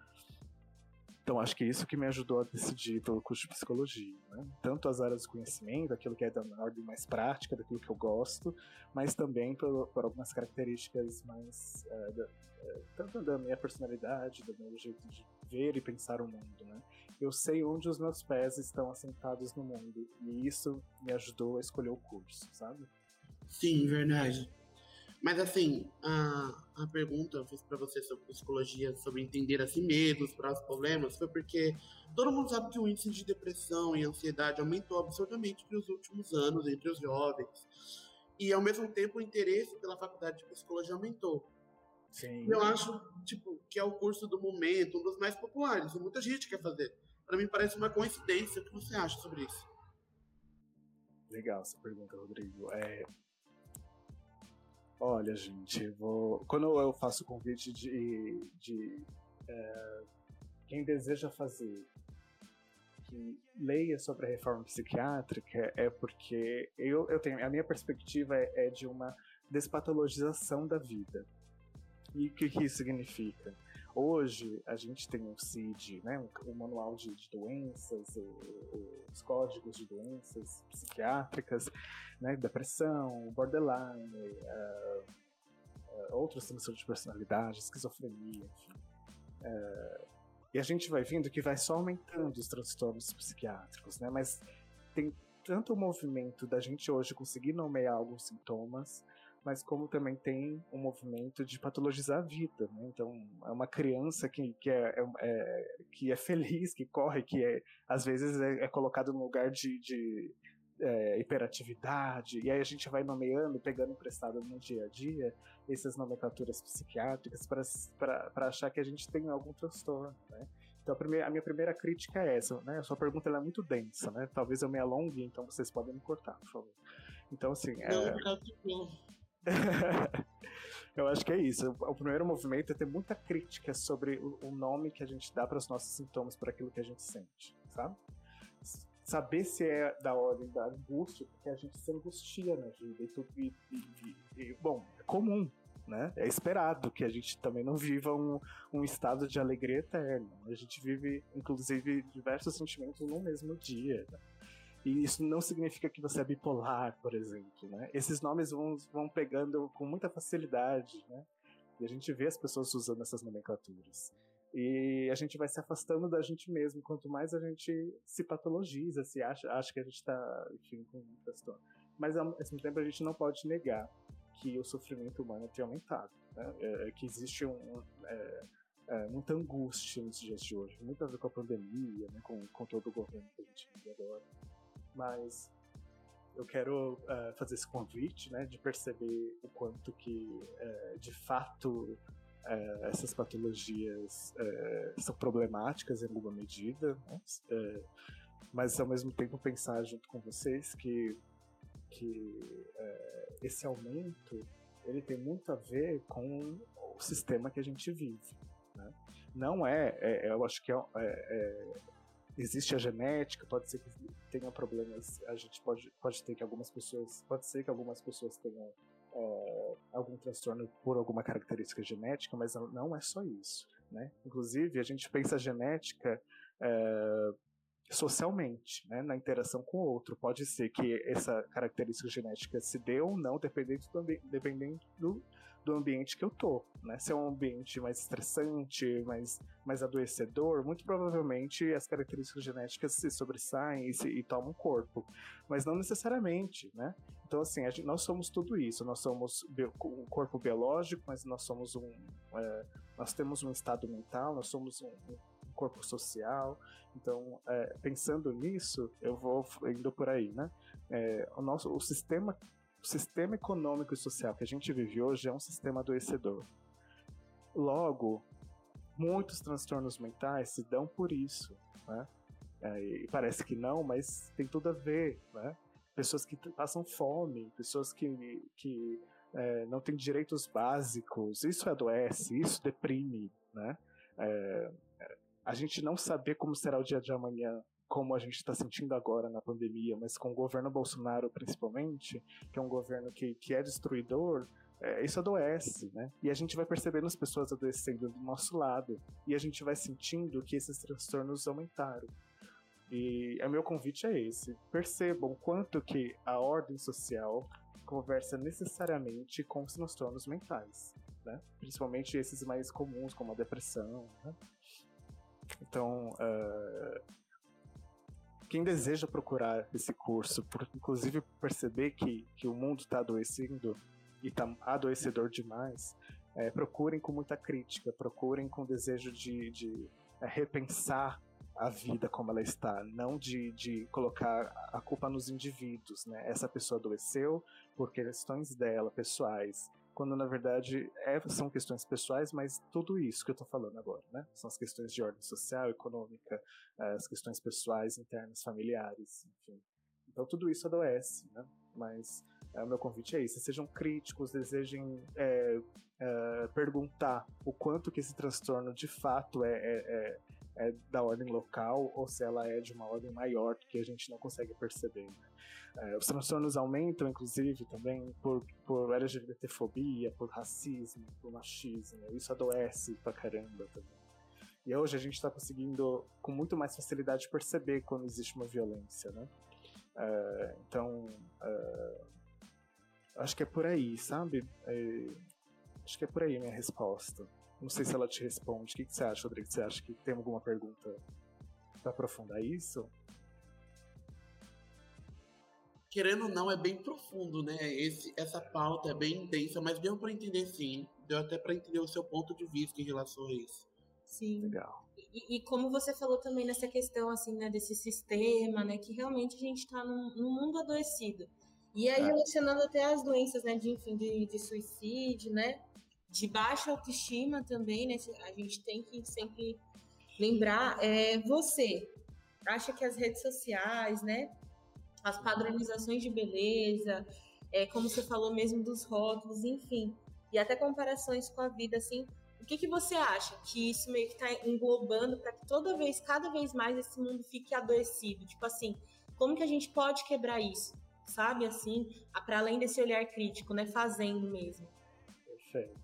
Então, acho que é isso que me ajudou a decidir pelo curso de psicologia, né? Tanto as áreas de conhecimento, aquilo que é da ordem mais prática, daquilo que eu gosto, mas também por, por algumas características mais, é, da, é, tanto da minha personalidade, do meu jeito de ver e pensar o mundo, né? Eu sei onde os meus pés estão assentados no mundo, e isso me ajudou a escolher o curso, sabe? Sim, verdade. Mas assim, a, a pergunta eu fiz para você sobre psicologia, sobre entender a si mesmo, os próprios problemas, foi porque todo mundo sabe que o índice de depressão e ansiedade aumentou absurdamente nos últimos anos entre os jovens. E ao mesmo tempo o interesse pela faculdade de psicologia aumentou. Sim. Eu acho, tipo, que é o curso do momento, um dos mais populares, e muita gente quer fazer. Para mim parece uma coincidência. O que você acha sobre isso? Legal essa pergunta, Rodrigo. É... Olha, gente, vou... quando eu faço o convite de, de é... quem deseja fazer, que leia sobre a reforma psiquiátrica, é porque eu, eu tenho, a minha perspectiva é, é de uma despatologização da vida. E o que, que isso significa? Hoje, a gente tem o C I D, né, o Manual de, de Doenças, o, os códigos de doenças psiquiátricas, né, depressão, borderline, uh, uh, outros transtornos de personalidade, esquizofrenia, enfim. Uh, e a gente vai vendo que vai só aumentando os transtornos psiquiátricos, né, mas tem tanto o movimento da gente hoje conseguir nomear alguns sintomas, mas como também tem um movimento de patologizar a vida, né? Então, é uma criança que, que, é, é, é, que é feliz, que corre, que é, às vezes é, é colocado num lugar de, de é, hiperatividade, e aí a gente vai nomeando, pegando emprestado no dia a dia, essas nomenclaturas psiquiátricas para achar que a gente tem algum transtorno, né? Então, a, primeira, a minha primeira crítica é essa, né? A sua pergunta ela é muito densa, né? Talvez eu me alongue, então vocês podem me cortar, por favor. Então, assim... Não, é... eu acho que é isso. O primeiro movimento é ter muita crítica sobre o nome que a gente dá para os nossos sintomas, para aquilo que a gente sente, sabe? Saber se é da ordem da angústia, porque a gente se angustia na vida. E, tudo, e, e, e, bom, é comum, né? É esperado que a gente também não viva um, um estado de alegria eterno. A gente vive, inclusive, diversos sentimentos no mesmo dia, né? E isso não significa que você é bipolar, por exemplo, né? Esses nomes vão, vão pegando com muita facilidade, né? E a gente vê as pessoas usando essas nomenclaturas. E a gente vai se afastando da gente mesmo, quanto mais a gente se patologiza, se acha, acha que a gente está, enfim, com um transtorno. Mas, ao mesmo tempo, a gente não pode negar que o sofrimento humano tem aumentado, né? É, que existe um, é, é, muita angústia nos dias de hoje, muito a ver com a pandemia, né? com, com todo o governo que a gente vive agora. Mas eu quero uh, fazer esse convite, né, de perceber o quanto que, uh, de fato, uh, essas patologias uh, são problemáticas em alguma medida, né? uh, mas, ao mesmo tempo, pensar junto com vocês que, que uh, esse aumento ele tem muito a ver com o sistema que a gente vive, né? Não é, é, eu acho que é, é, é existe a genética, pode ser que tenha problemas, a gente pode, pode ter que algumas pessoas, pode ser que algumas pessoas tenham é, algum transtorno por alguma característica genética, mas não é só isso, né? Inclusive, a gente pensa a genética é, socialmente, né, na interação com o outro. Pode ser que essa característica genética se dê ou não, dependendo do, ambi- dependendo do, do ambiente que eu tô, né? Se é um ambiente mais estressante, mais, mais adoecedor, muito provavelmente as características genéticas se sobressaem e, se, e tomam corpo, mas não necessariamente, né? Então, assim, a gente, nós somos tudo isso. Nós somos bio, um corpo biológico, mas nós somos um, é, nós temos um estado mental, nós somos um, um corpo social. Então, é, pensando nisso, eu vou indo por aí, né? É, o nosso, o sistema O sistema econômico e social que a gente vive hoje é um sistema adoecedor. Logo, muitos transtornos mentais se dão por isso, né? É, e parece que não, mas tem tudo a ver, né? Pessoas que passam fome, pessoas que, que é, não têm direitos básicos, isso adoece, isso deprime, né? É, a gente não saber como será o dia de amanhã, como a gente está sentindo agora na pandemia, mas com o governo Bolsonaro principalmente, que é um governo que, que é destruidor, é, isso adoece, né? E a gente vai percebendo as pessoas adoecendo do nosso lado, e a gente vai sentindo que esses transtornos aumentaram. E o meu convite é esse: percebam quanto que a ordem social conversa necessariamente com os transtornos mentais, né? Principalmente esses mais comuns, como a depressão, né? Então, uh, quem deseja procurar esse curso, por, inclusive perceber que, que o mundo está adoecendo e está adoecedor demais, é, procurem com muita crítica, procurem com desejo de, de é, repensar a vida como ela está, não de, de colocar a culpa nos indivíduos, né? Essa pessoa adoeceu por questões dela, pessoais, quando na verdade é, são questões pessoais, mas tudo isso que eu estou falando agora, né? São as questões de ordem social, econômica, as questões pessoais, internas, familiares, enfim. Então tudo isso adoece, né? Mas é, o meu convite é esse: sejam críticos, desejem é, é, perguntar o quanto que esse transtorno de fato é, é, é, é da ordem local ou se ela é de uma ordem maior que a gente não consegue perceber, né? É, os transtornos aumentam, inclusive, também por, por LGBTfobia, por racismo, por machismo. Isso adoece pra caramba também. E hoje a gente está conseguindo, com muito mais facilidade, perceber quando existe uma violência, né? É, então, é, acho que é por aí, sabe? É, acho que é por aí a minha resposta. Não sei se ela te responde. O que, que você acha, Rodrigo? Você acha que tem alguma pergunta para aprofundar isso? querendo ou não, é bem profundo, né? Esse, essa pauta é bem intensa, mas deu para entender sim. Deu até para entender o seu ponto de vista em relação a isso. Sim. Legal. E, e como você falou também nessa questão, assim, né, desse sistema, né, que realmente a gente está num, num mundo adoecido. E aí, É. relacionando até as doenças, né, de, enfim, de, de suicídio, né, de baixa autoestima também, né, a gente tem que sempre lembrar, é, você acha que as redes sociais, né, as padronizações de beleza, é, como você falou mesmo dos rótulos, enfim, e até comparações com a vida, assim, o que, que você acha que isso meio que está englobando para que toda vez, cada vez mais esse mundo fique adoecido? Tipo assim, como que a gente pode quebrar isso? Sabe, assim, para além desse olhar crítico, né, fazendo mesmo. Perfeito.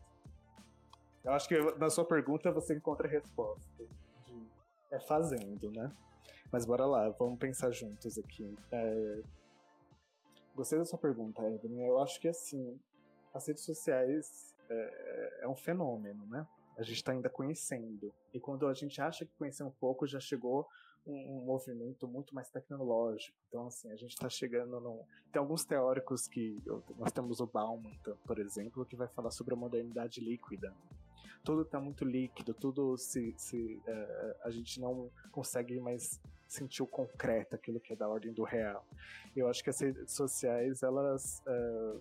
Eu acho que na sua pergunta você encontra a resposta. De, é fazendo, né? Mas bora lá, vamos pensar juntos aqui. É... Gostei da sua pergunta, Evelyn. Eu acho que, assim, as redes sociais é, é um fenômeno, né? A gente está ainda conhecendo. E quando a gente acha que conheceu um pouco, já chegou um, um movimento muito mais tecnológico. Então, assim, a gente está chegando no... Tem alguns teóricos que... Nós temos o Bauman, por exemplo, que vai falar sobre a modernidade líquida. Tudo está muito líquido, tudo se... se é, a gente não consegue mais sentir o concreto, aquilo que é da ordem do real. Eu acho que as redes sociais, elas... É,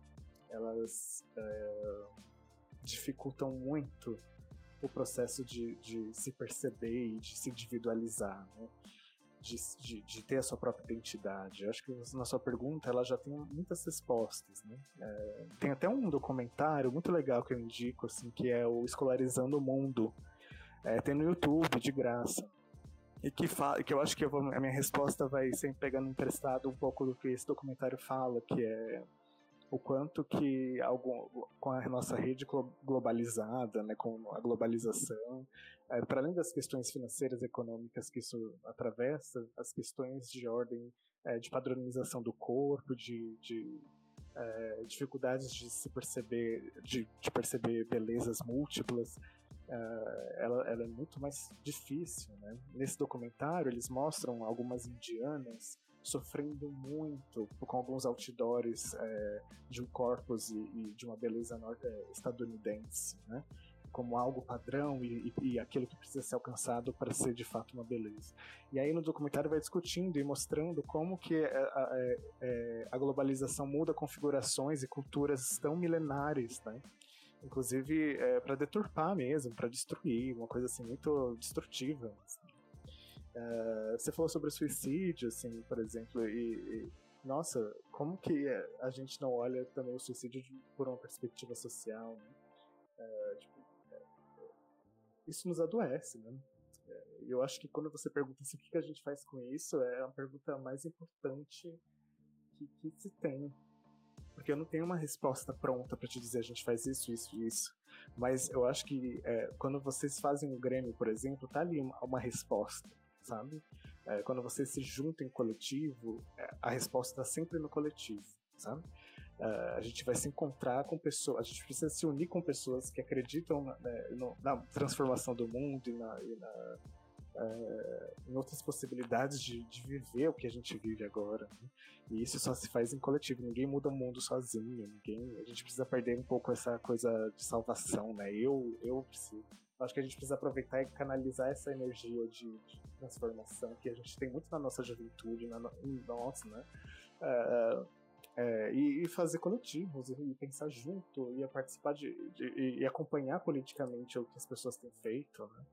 elas é, dificultam muito o processo de, de se perceber e de se individualizar, né? de, de, de ter a sua própria identidade. Eu acho que na sua pergunta ela já tem muitas respostas, né? É, tem até um documentário muito legal que eu indico, assim, que é o Escolarizando o Mundo. É, tem no YouTube, de graça. E que, fa- que eu acho que eu vou, a minha resposta vai sempre pegando emprestado um pouco do que esse documentário fala, que é o quanto que algum, com a nossa rede globalizada, né, com a globalização, é, para além das questões financeiras e econômicas que isso atravessa, as questões de ordem é, de padronização do corpo, de, de é, dificuldades de se perceber, de, de perceber belezas múltiplas, é, ela, ela é muito mais difícil, né? Nesse documentário eles mostram algumas indianas sofrendo muito com alguns outdoors é, de um corpus e, e de uma beleza é, estadunidense, né? Como algo padrão e, e, e aquilo que precisa ser alcançado para ser de fato uma beleza. E aí no documentário vai discutindo e mostrando como que a, a, a, a globalização muda configurações e culturas tão milenares, né? Inclusive é, para deturpar mesmo, para destruir, uma coisa assim muito destrutiva. Assim. Uh, você falou sobre o suicídio, assim, por exemplo, e, e nossa, como que a gente não olha também o suicídio de, por uma perspectiva social, né? Uh, tipo, uh, isso nos adoece, né? Uh, eu acho que quando você pergunta assim, o que a gente faz com isso, é a pergunta mais importante que, que se tem. Porque eu não tenho uma resposta pronta para te dizer a gente faz isso, isso e isso. Mas eu acho que é, quando vocês fazem o Grêmio, por exemplo, tá ali uma, uma resposta. Sabe? É, quando você se junta em coletivo, é, a resposta está sempre no coletivo, sabe? É, a gente vai se encontrar com pessoas, a gente precisa se unir com pessoas que acreditam na, né, no, na transformação do mundo e, na, e na, é, em outras possibilidades de, de viver o que a gente vive agora, né? E isso só se faz em coletivo, ninguém muda o mundo sozinho, ninguém, a gente precisa perder um pouco essa coisa de salvação, né? Eu, eu preciso. Acho que a gente precisa aproveitar e canalizar essa energia de, de transformação que a gente tem muito na nossa juventude, na nossa, né? É, é, e, e fazer coletivos, e pensar junto, e participar de, de e, e acompanhar politicamente o que as pessoas têm feito, né?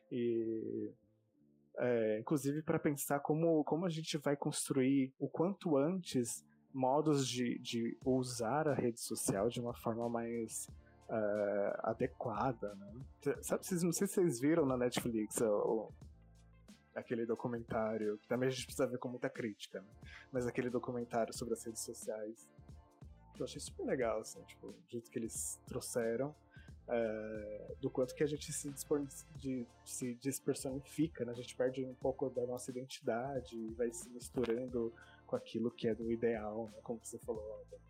E é, inclusive para pensar como, como a gente vai construir o quanto antes modos de, de usar a rede social de uma forma mais Uh, adequada, né? Sabe, vocês, não sei se vocês viram na Netflix ou, aquele documentário, que também a gente precisa ver com muita crítica, né? Mas aquele documentário sobre as redes sociais, que eu achei super legal, assim, tipo, do jeito que eles trouxeram, uh, do quanto que a gente se, de, se despersonifica, né? A gente perde um pouco da nossa identidade e vai se misturando com aquilo que é do ideal, né? Como você falou, né?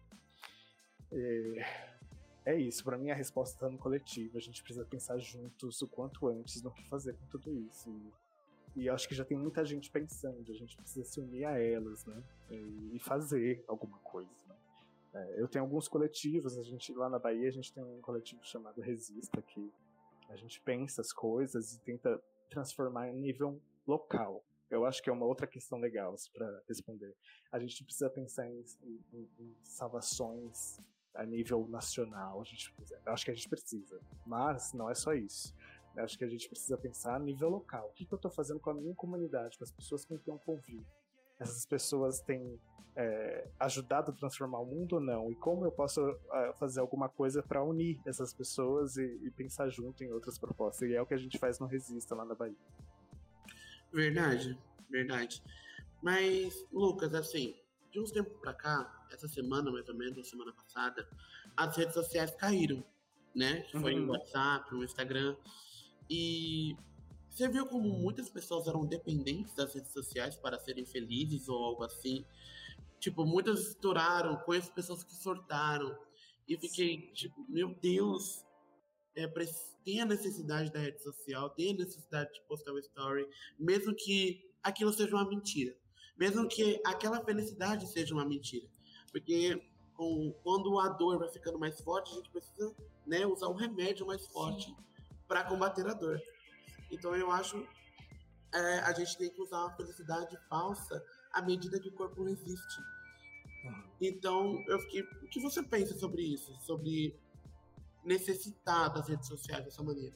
E... É isso, pra mim a resposta está no coletivo, a gente precisa pensar juntos o quanto antes no que fazer com tudo isso. e eu acho que já tem muita gente pensando, a gente precisa se unir a elas, né? E, e fazer alguma coisa, né? É, eu tenho alguns coletivos, a gente lá na Bahia a gente tem um coletivo chamado Resista, que a gente pensa as coisas e tenta transformar em nível local. Eu acho que é uma outra questão legal para responder. A gente precisa pensar em, em, em salvações a nível nacional. A gente, eu acho que a gente precisa, mas não é só isso. Eu acho que a gente precisa pensar a nível local. O que, que eu estou fazendo com a minha comunidade, com as pessoas com quem eu convivo? Essas pessoas têm é, ajudado a transformar o mundo ou não? E como eu posso uh, fazer alguma coisa para unir essas pessoas e, e pensar junto em outras propostas? E é o que a gente faz no Resista, lá na Bahia. Verdade, verdade. Mas, Lucas, assim, de uns tempos pra cá, essa semana mais ou menos, semana passada, as redes sociais caíram, né? Foi Uhum. o WhatsApp, o Instagram. E você viu como muitas pessoas eram dependentes das redes sociais para serem felizes ou algo assim? Tipo, muitas estouraram, conheço pessoas que surtaram. E fiquei, tipo, meu Deus, é, tem a necessidade da rede social, tem a necessidade de postar uma story, mesmo que aquilo seja uma mentira. Mesmo que aquela felicidade seja uma mentira. Porque com, quando a dor vai ficando mais forte, a gente precisa, né, usar um remédio mais forte para combater a dor. Então eu acho é, a gente tem que usar uma felicidade falsa à medida que o corpo resiste. Então eu fiquei, o que você pensa sobre isso? Sobre necessitar das redes sociais dessa maneira?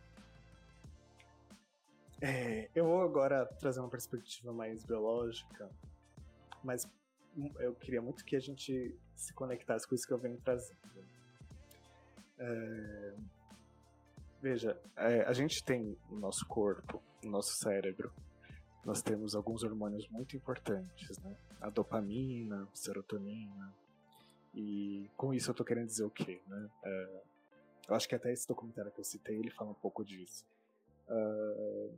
É, eu vou agora trazer uma perspectiva mais biológica, mas eu queria muito que a gente se conectasse com isso que eu venho trazendo. É, veja, é, a gente tem no nosso corpo, no nosso cérebro, nós temos alguns hormônios muito importantes, né? A dopamina, a serotonina, e com isso eu tô querendo dizer o quê, né? É, eu acho que até esse documentário que eu citei, ele fala um pouco disso. Uh,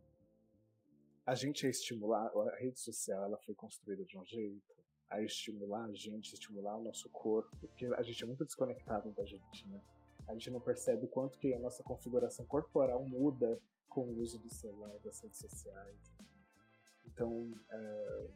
a gente é estimular, a rede social ela foi construída de um jeito a estimular a gente, estimular o nosso corpo, porque a gente é muito desconectado da gente, né? A gente não percebe o quanto que a nossa configuração corporal muda com o uso do celular, das redes sociais. Então, uh,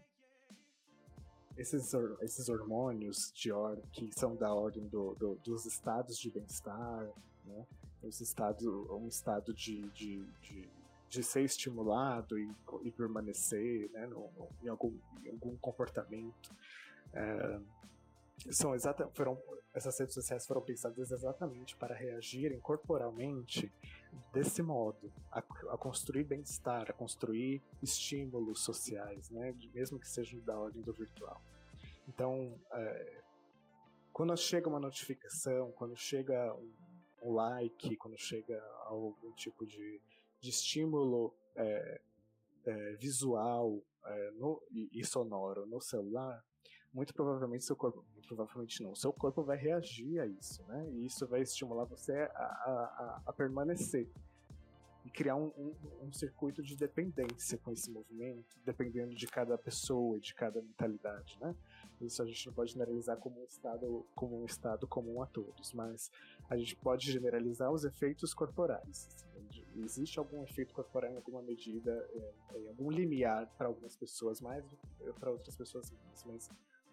esses, esses hormônios de or, que são da ordem do, do, dos estados de bem-estar, né? Esse estado, um estado de, de, de, de ser estimulado e, e permanecer, né, no, no, em, algum, em algum comportamento. É, são exata, foram, essas redes sociais foram pensadas exatamente para reagirem corporalmente desse modo, a, a construir bem-estar, a construir estímulos sociais, né, mesmo que sejam da ordem do virtual. Então, é, quando chega uma notificação, quando chega um um like, quando chega a algum tipo de, de estímulo é, é, visual é, no, e, e sonoro no celular, muito provavelmente seu corpo, muito provavelmente não, seu corpo vai reagir a isso, né? E isso vai estimular você a, a, a permanecer e criar um, um, um circuito de dependência com esse movimento, dependendo de cada pessoa e de cada mentalidade, né? Isso a gente não pode generalizar como um estado, como um estado comum a todos, mas a gente pode generalizar os efeitos corporais. Assim, existe algum efeito corporal em alguma medida, é, em algum limiar para algumas pessoas mais, para outras pessoas menos, mas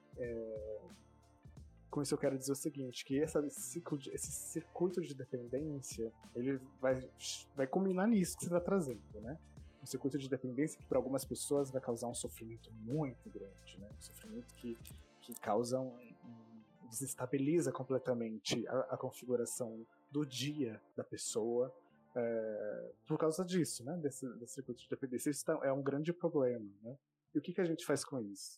é, com isso eu quero dizer o seguinte, que essa, esse, ciclo de, esse circuito de dependência, ele vai, vai culminar nisso que você está trazendo, né? Um circuito de dependência que para algumas pessoas vai causar um sofrimento muito grande, né? Um sofrimento que, que causa um, um desestabiliza completamente a, a configuração do dia da pessoa é, por causa disso, né? Desse, desse circuito de dependência. Isso é um grande problema, né? E o que, que a gente faz com isso?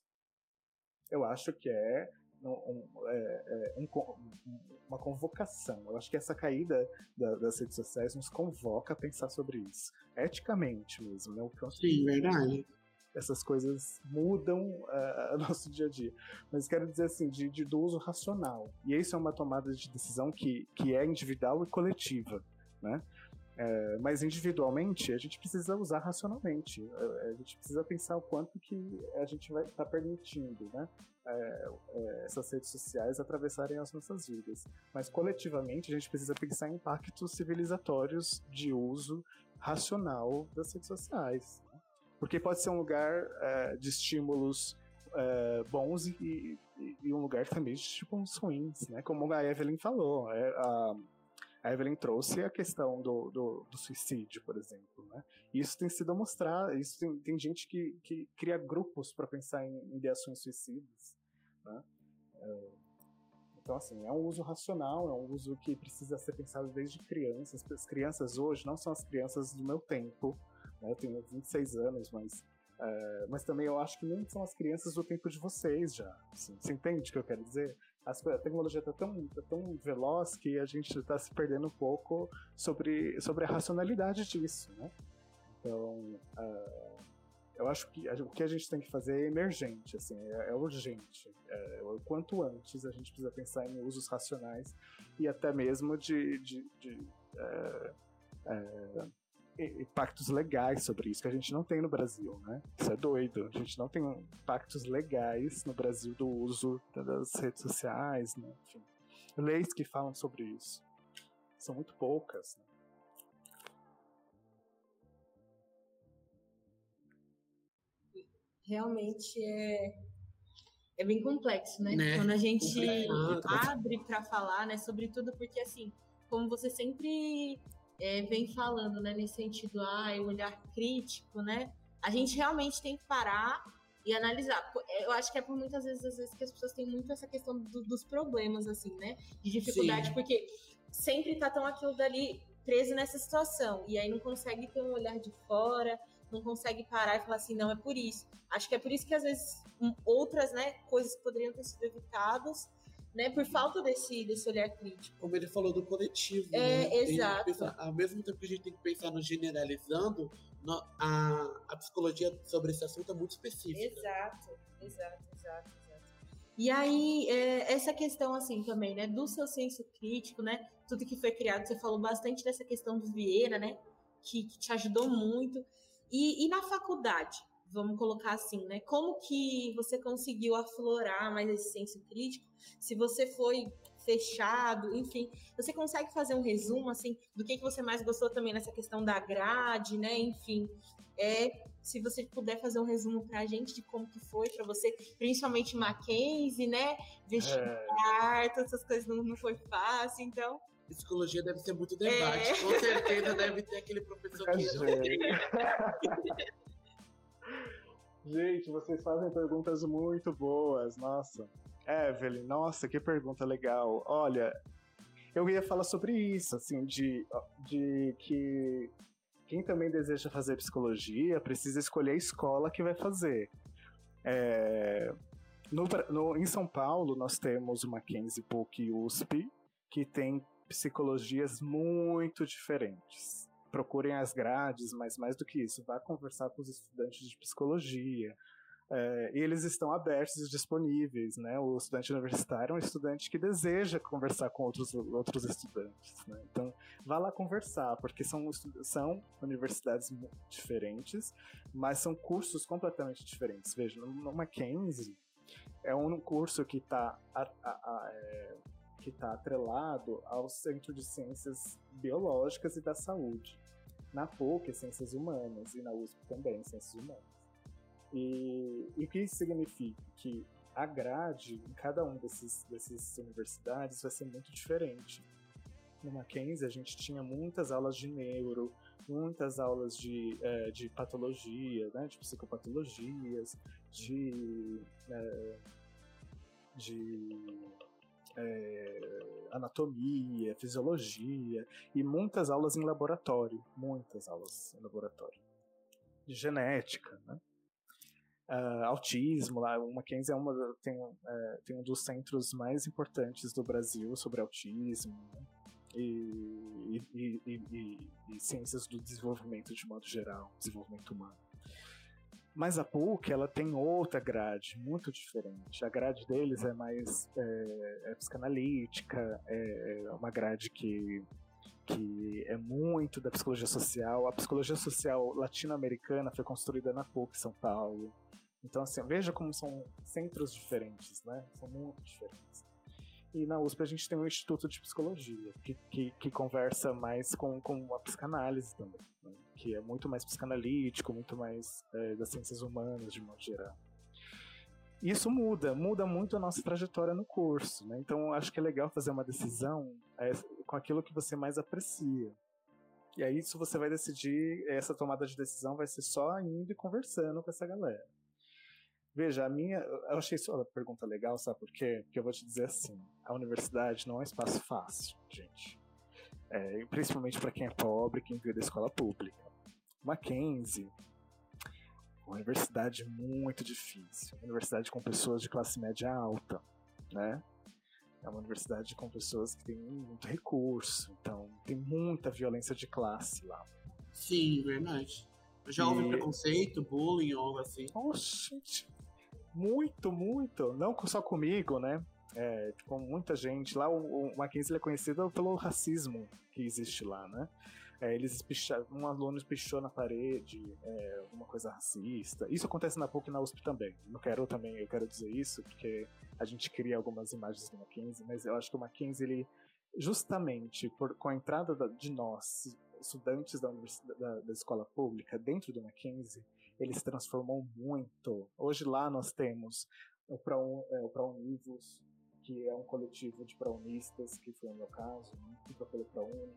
Eu acho que é Um, um, é, um, uma convocação. Eu acho que essa caída da, das redes sociais nos convoca a pensar sobre isso. Eticamente mesmo, né? O que Sim, verdade. Essas coisas mudam o uh, nosso dia a dia. Mas quero dizer assim, de, de, do uso racional. E isso é uma tomada de decisão que, que é individual e coletiva, né? É, mas individualmente a gente precisa usar racionalmente, a, a gente precisa pensar o quanto que a gente vai estar tá permitindo, né, é, é, essas redes sociais atravessarem as nossas vidas, mas coletivamente a gente precisa pensar em impactos civilizatórios de uso racional das redes sociais, né? Porque pode ser um lugar é, de estímulos é, bons e, e, e um lugar também de estímulos ruins, né? Como a Evelyn falou, é, a, a Evelyn trouxe a questão do, do, do suicídio, por exemplo, né? E isso tem sido mostrado, isso tem, tem gente que, que cria grupos para pensar em, em ideações suicidas, né? É, então, assim, é um uso racional, é um uso que precisa ser pensado desde crianças. As crianças hoje não são as crianças do meu tempo, né? Eu tenho vinte e seis anos, mas, é, mas também eu acho que nem são as crianças do tempo de vocês já. Assim, você entende o que eu quero dizer? As, a tecnologia está tão, tá tão veloz que a gente está se perdendo um pouco sobre, sobre a racionalidade disso, né? Então, uh, eu acho que a, o que a gente tem que fazer é emergente, assim, é, é urgente. É, o quanto antes a gente precisa pensar em usos racionais e até mesmo de, de, de é, é, impactos legais sobre isso, que a gente não tem no Brasil, né? Isso é doido. A gente não tem impactos legais no Brasil do uso das redes sociais, né? Enfim, leis que falam sobre isso. São muito poucas, né? Realmente é, é bem complexo, né? Né? Quando a gente Complicado. abre para falar, né? Sobretudo porque, assim, como você sempre é, vem falando, né? Nesse sentido, ah, o olhar crítico, né? A gente realmente tem que parar e analisar. Eu acho que é por muitas vezes, às vezes que as pessoas têm muito essa questão do, dos problemas, assim, né? De dificuldade, Sim. Porque sempre tá tão aquilo dali preso nessa situação. E aí não consegue ter um olhar de fora, não consegue parar e falar assim, não, é por isso. Acho que é por isso que, às vezes, outras, né, coisas poderiam ter sido evitadas, né, por falta desse, desse olhar crítico. Como ele falou do coletivo, é, né? Exato. Pensar, ao mesmo tempo que a gente tem que pensar no generalizando, no, a, a psicologia sobre esse assunto é muito específica. Exato, exato, exato, exato. E aí, é, essa questão, assim, também, né, do seu senso crítico, né, tudo que foi criado, você falou bastante dessa questão do Vieira, né, que, que te ajudou muito. E, e na faculdade, vamos colocar assim, né? Como que você conseguiu aflorar mais esse senso crítico? Se você foi fechado, enfim, você consegue fazer um resumo, assim, do que, que você mais gostou também nessa questão da grade, né? Enfim, é, se você puder fazer um resumo pra gente de como que foi pra você, principalmente Mackenzie, né? Vestibular, é... todas essas coisas não, não foi fácil, então... Psicologia deve ser muito debate. É. Com certeza deve ter aquele professor que... Gente, vocês fazem perguntas muito boas. Nossa. Evelyn, nossa, que pergunta legal. Olha, eu ia falar sobre isso, assim, de, de que quem também deseja fazer psicologia precisa escolher a escola que vai fazer. É, no, no, em São Paulo, nós temos o Mackenzie, P U C e U S P, que tem psicologias muito diferentes. Procurem as grades, mas mais do que isso, vá conversar com os estudantes de psicologia. É, e eles estão abertos e disponíveis, né? O estudante universitário é um estudante que deseja conversar com outros, outros estudantes, né? Então, vá lá conversar, porque são, são universidades diferentes, mas são cursos completamente diferentes. Veja, no, no Mackenzie, é um curso que está... É, que está atrelado ao Centro de Ciências Biológicas e da Saúde. Na P U C, é Ciências Humanas, e na U S P também, Ciências Humanas. E, e o que isso significa? Que a grade em cada um desses, dessas universidades vai ser muito diferente. No Mackenzie, a gente tinha muitas aulas de neuro, muitas aulas de, é, de patologia, né, de psicopatologias, de... É, de É, anatomia, fisiologia e muitas aulas em laboratório, muitas aulas em laboratório de genética, né? Uh, autismo, lá, o Mackenzie é uma, tem, é, tem um dos centros mais importantes do Brasil sobre autismo, né? e, e, e, e, e ciências do desenvolvimento de modo geral, desenvolvimento humano. Mas a P U C, ela tem outra grade, muito diferente. A grade deles é mais é, é psicanalítica, é uma grade que, que é muito da psicologia social. A psicologia social latino-americana foi construída na P U C São Paulo. Então, assim, veja como são centros diferentes, né? São muito diferentes. E na U S P a gente tem um Instituto de Psicologia, que, que, que conversa mais com, com a psicanálise também, né? que é muito mais psicanalítico, muito mais é, das ciências humanas, de modo geral. Isso muda, muda muito a nossa trajetória no curso, né? Então, acho que é legal fazer uma decisão é, com aquilo que você mais aprecia. E aí, isso você vai decidir, essa tomada de decisão vai ser só indo e conversando com essa galera. Veja, a minha, eu achei sua pergunta legal, sabe por quê? Porque eu vou te dizer assim, a universidade não é um espaço fácil, gente. É, principalmente para quem é pobre, quem veio da escola pública. Mackenzie, uma universidade muito difícil, uma universidade com pessoas de classe média alta, né? É uma universidade com pessoas que têm muito recurso, então tem muita violência de classe lá. Sim, verdade. Já houve e... preconceito, bullying ou algo assim? Oh, gente, muito, muito. Não só comigo, né? É, com muita gente. Lá o, o Mackenzie é conhecido pelo racismo que existe lá, né? É, eles picharam, um aluno pichou na parede, é, alguma coisa racista. Isso acontece na P U C e na U S P também. Não quero também, eu quero dizer isso, porque a gente cria algumas imagens do Mackenzie, mas eu acho que o Mackenzie, ele, justamente por, com a entrada da, de nós, estudantes da, da, da escola pública, dentro do Mackenzie, ele se transformou muito. Hoje lá nós temos o ProUnivos, que é um coletivo de praunistas, que foi o meu caso, né? Fica pelo ProUni.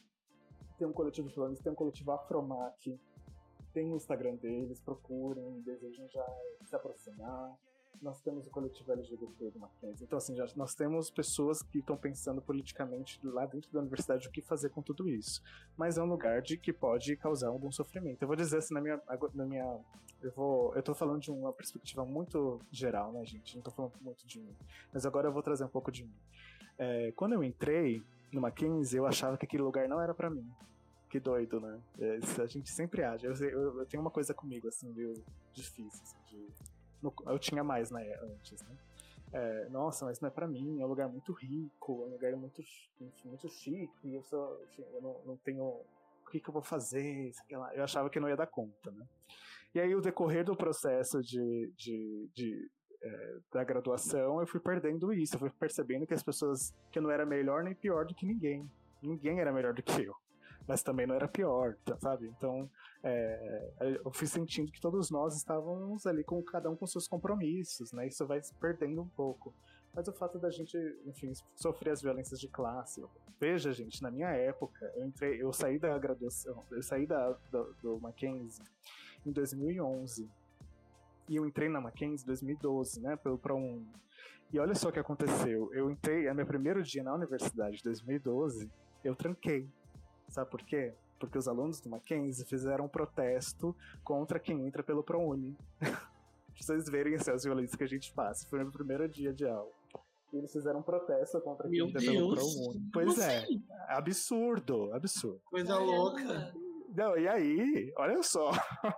Tem um coletivo de praunistas, tem um coletivo Afromac, tem o Instagram deles, procurem, desejam já se aproximar. Nós temos o coletivo L G B T do Mackenzie. Então, assim, já, nós temos pessoas que estão pensando politicamente lá dentro da universidade o que fazer com tudo isso. Mas é um lugar de que pode causar algum sofrimento. Eu vou dizer assim, na minha... Na minha eu, vou, eu tô falando de uma perspectiva muito geral, né, gente? Não tô falando muito de mim. Mas agora eu vou trazer um pouco de mim. É, quando eu entrei no Mackenzie, eu achava que aquele lugar não era pra mim. Que doido, né? É, a gente sempre age. Eu, eu, eu tenho uma coisa comigo, assim, meio difícil, assim, de... Eu tinha mais, né, antes, né? É, nossa, mas não é pra mim, é um lugar muito rico, é um lugar muito, enfim, muito chique, e eu, só, enfim, eu não, não tenho... O que, que eu vou fazer? Eu achava que não ia dar conta, né? E aí, o decorrer do processo de, de, de, é, da graduação, eu fui perdendo isso, eu fui percebendo que as pessoas... que eu não era melhor nem pior do que ninguém. Ninguém era melhor do que eu. Mas também não era pior, sabe? Então, é, eu fui sentindo que todos nós estávamos ali, com cada um com seus compromissos, né? Isso vai se perdendo um pouco. Mas o fato da gente, enfim, sofrer as violências de classe... Veja, gente, na minha época, eu, entrei, eu saí da graduação, eu saí da, do, do Mackenzie em dois mil e onze. E eu entrei na Mackenzie em dois mil e doze, né? Pelo ProUni. E olha só o que aconteceu. Eu entrei, no meu primeiro dia na universidade, dois mil e doze, eu tranquei. Sabe por quê? Porque os alunos do Mackenzie fizeram um protesto contra quem entra pelo ProUni. Pra vocês verem assim, as violências que a gente passa. Foi no primeiro dia de aula. E eles fizeram um proteção contra quem entra pelo ProUni. Pois Como é, assim? Absurdo, absurdo. Coisa Caramba. louca. Não, e aí, olha só.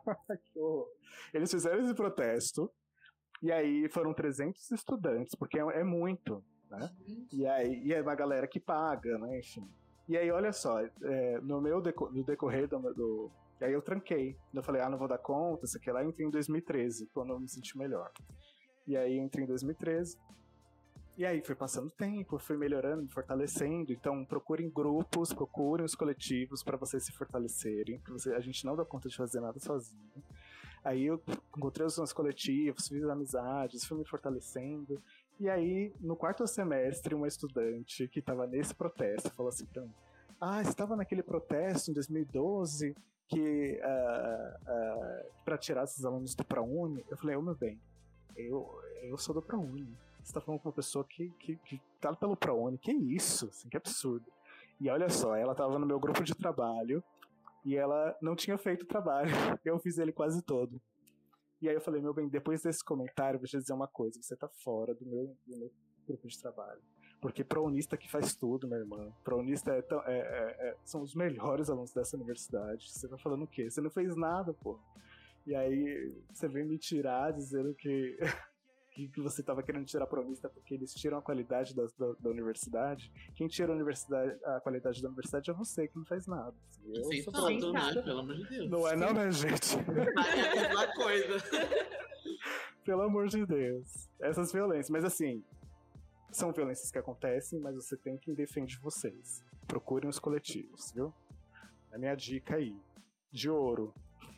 Eles fizeram esse protesto. E aí foram trezentos estudantes, porque é, é muito, né? E aí e é uma galera que paga, né? Enfim. E aí, olha só, é, no meu deco- no decorrer do, do... E aí eu tranquei. Eu falei, ah, não vou dar conta, isso aqui lá. Eu entrei em dois mil e treze, quando eu me senti melhor. E aí eu entrei em dois mil e treze. E aí foi passando o tempo, fui melhorando, me fortalecendo. Então procurem grupos, procurem os coletivos para vocês se fortalecerem. Pra você... A gente não dá conta de fazer nada sozinho. Aí eu encontrei os meus coletivos, fiz amizades, fui me fortalecendo. E aí, no quarto semestre, uma estudante que estava nesse protesto falou assim pra mim: ah, você estava naquele protesto em dois mil e doze que, uh, uh, para tirar esses alunos do ProUni? Eu falei, ô, oh, meu bem, eu, eu sou do ProUni. Você tá falando com uma pessoa que, que, que tá pelo ProUni. Que isso? Assim, que absurdo. E olha só, ela estava no meu grupo de trabalho e ela não tinha feito o trabalho. Eu fiz ele quase todo. E aí eu falei, meu bem, depois desse comentário, eu vou te dizer uma coisa, você tá fora do meu, do meu grupo de trabalho. Porque prounista que faz tudo, minha irmã. Prounista é tão, é, é, é, são os melhores alunos dessa universidade. Você tá falando o quê? Você não fez nada, pô. E aí você vem me tirar dizendo que, que você tava querendo tirar prounista porque eles tiram a qualidade da, da, da universidade. Quem tira a, universidade, a qualidade da universidade é você, que não faz nada. Eu Sem sou tanto, né? Pelo amor de Deus. Não é não, né, gente? É uma coisa. Pelo amor de Deus. Essas violências. Mas assim, são violências que acontecem, mas você tem quem defende vocês. Procurem os coletivos, viu? É a minha dica aí. de ouro.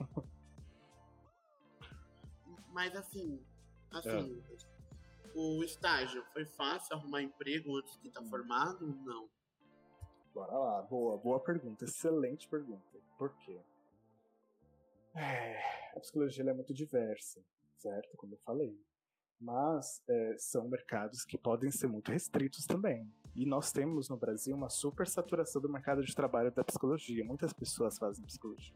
Mas assim, assim, é. o estágio, foi fácil arrumar emprego antes de estar formado ou não? Bora lá, boa, boa pergunta, excelente pergunta. Por quê? É, a psicologia é muito diversa, certo? Como eu falei. Mas é, são mercados que podem ser muito restritos também. E nós temos no Brasil uma super saturação do mercado de trabalho da psicologia. Muitas pessoas fazem psicologia.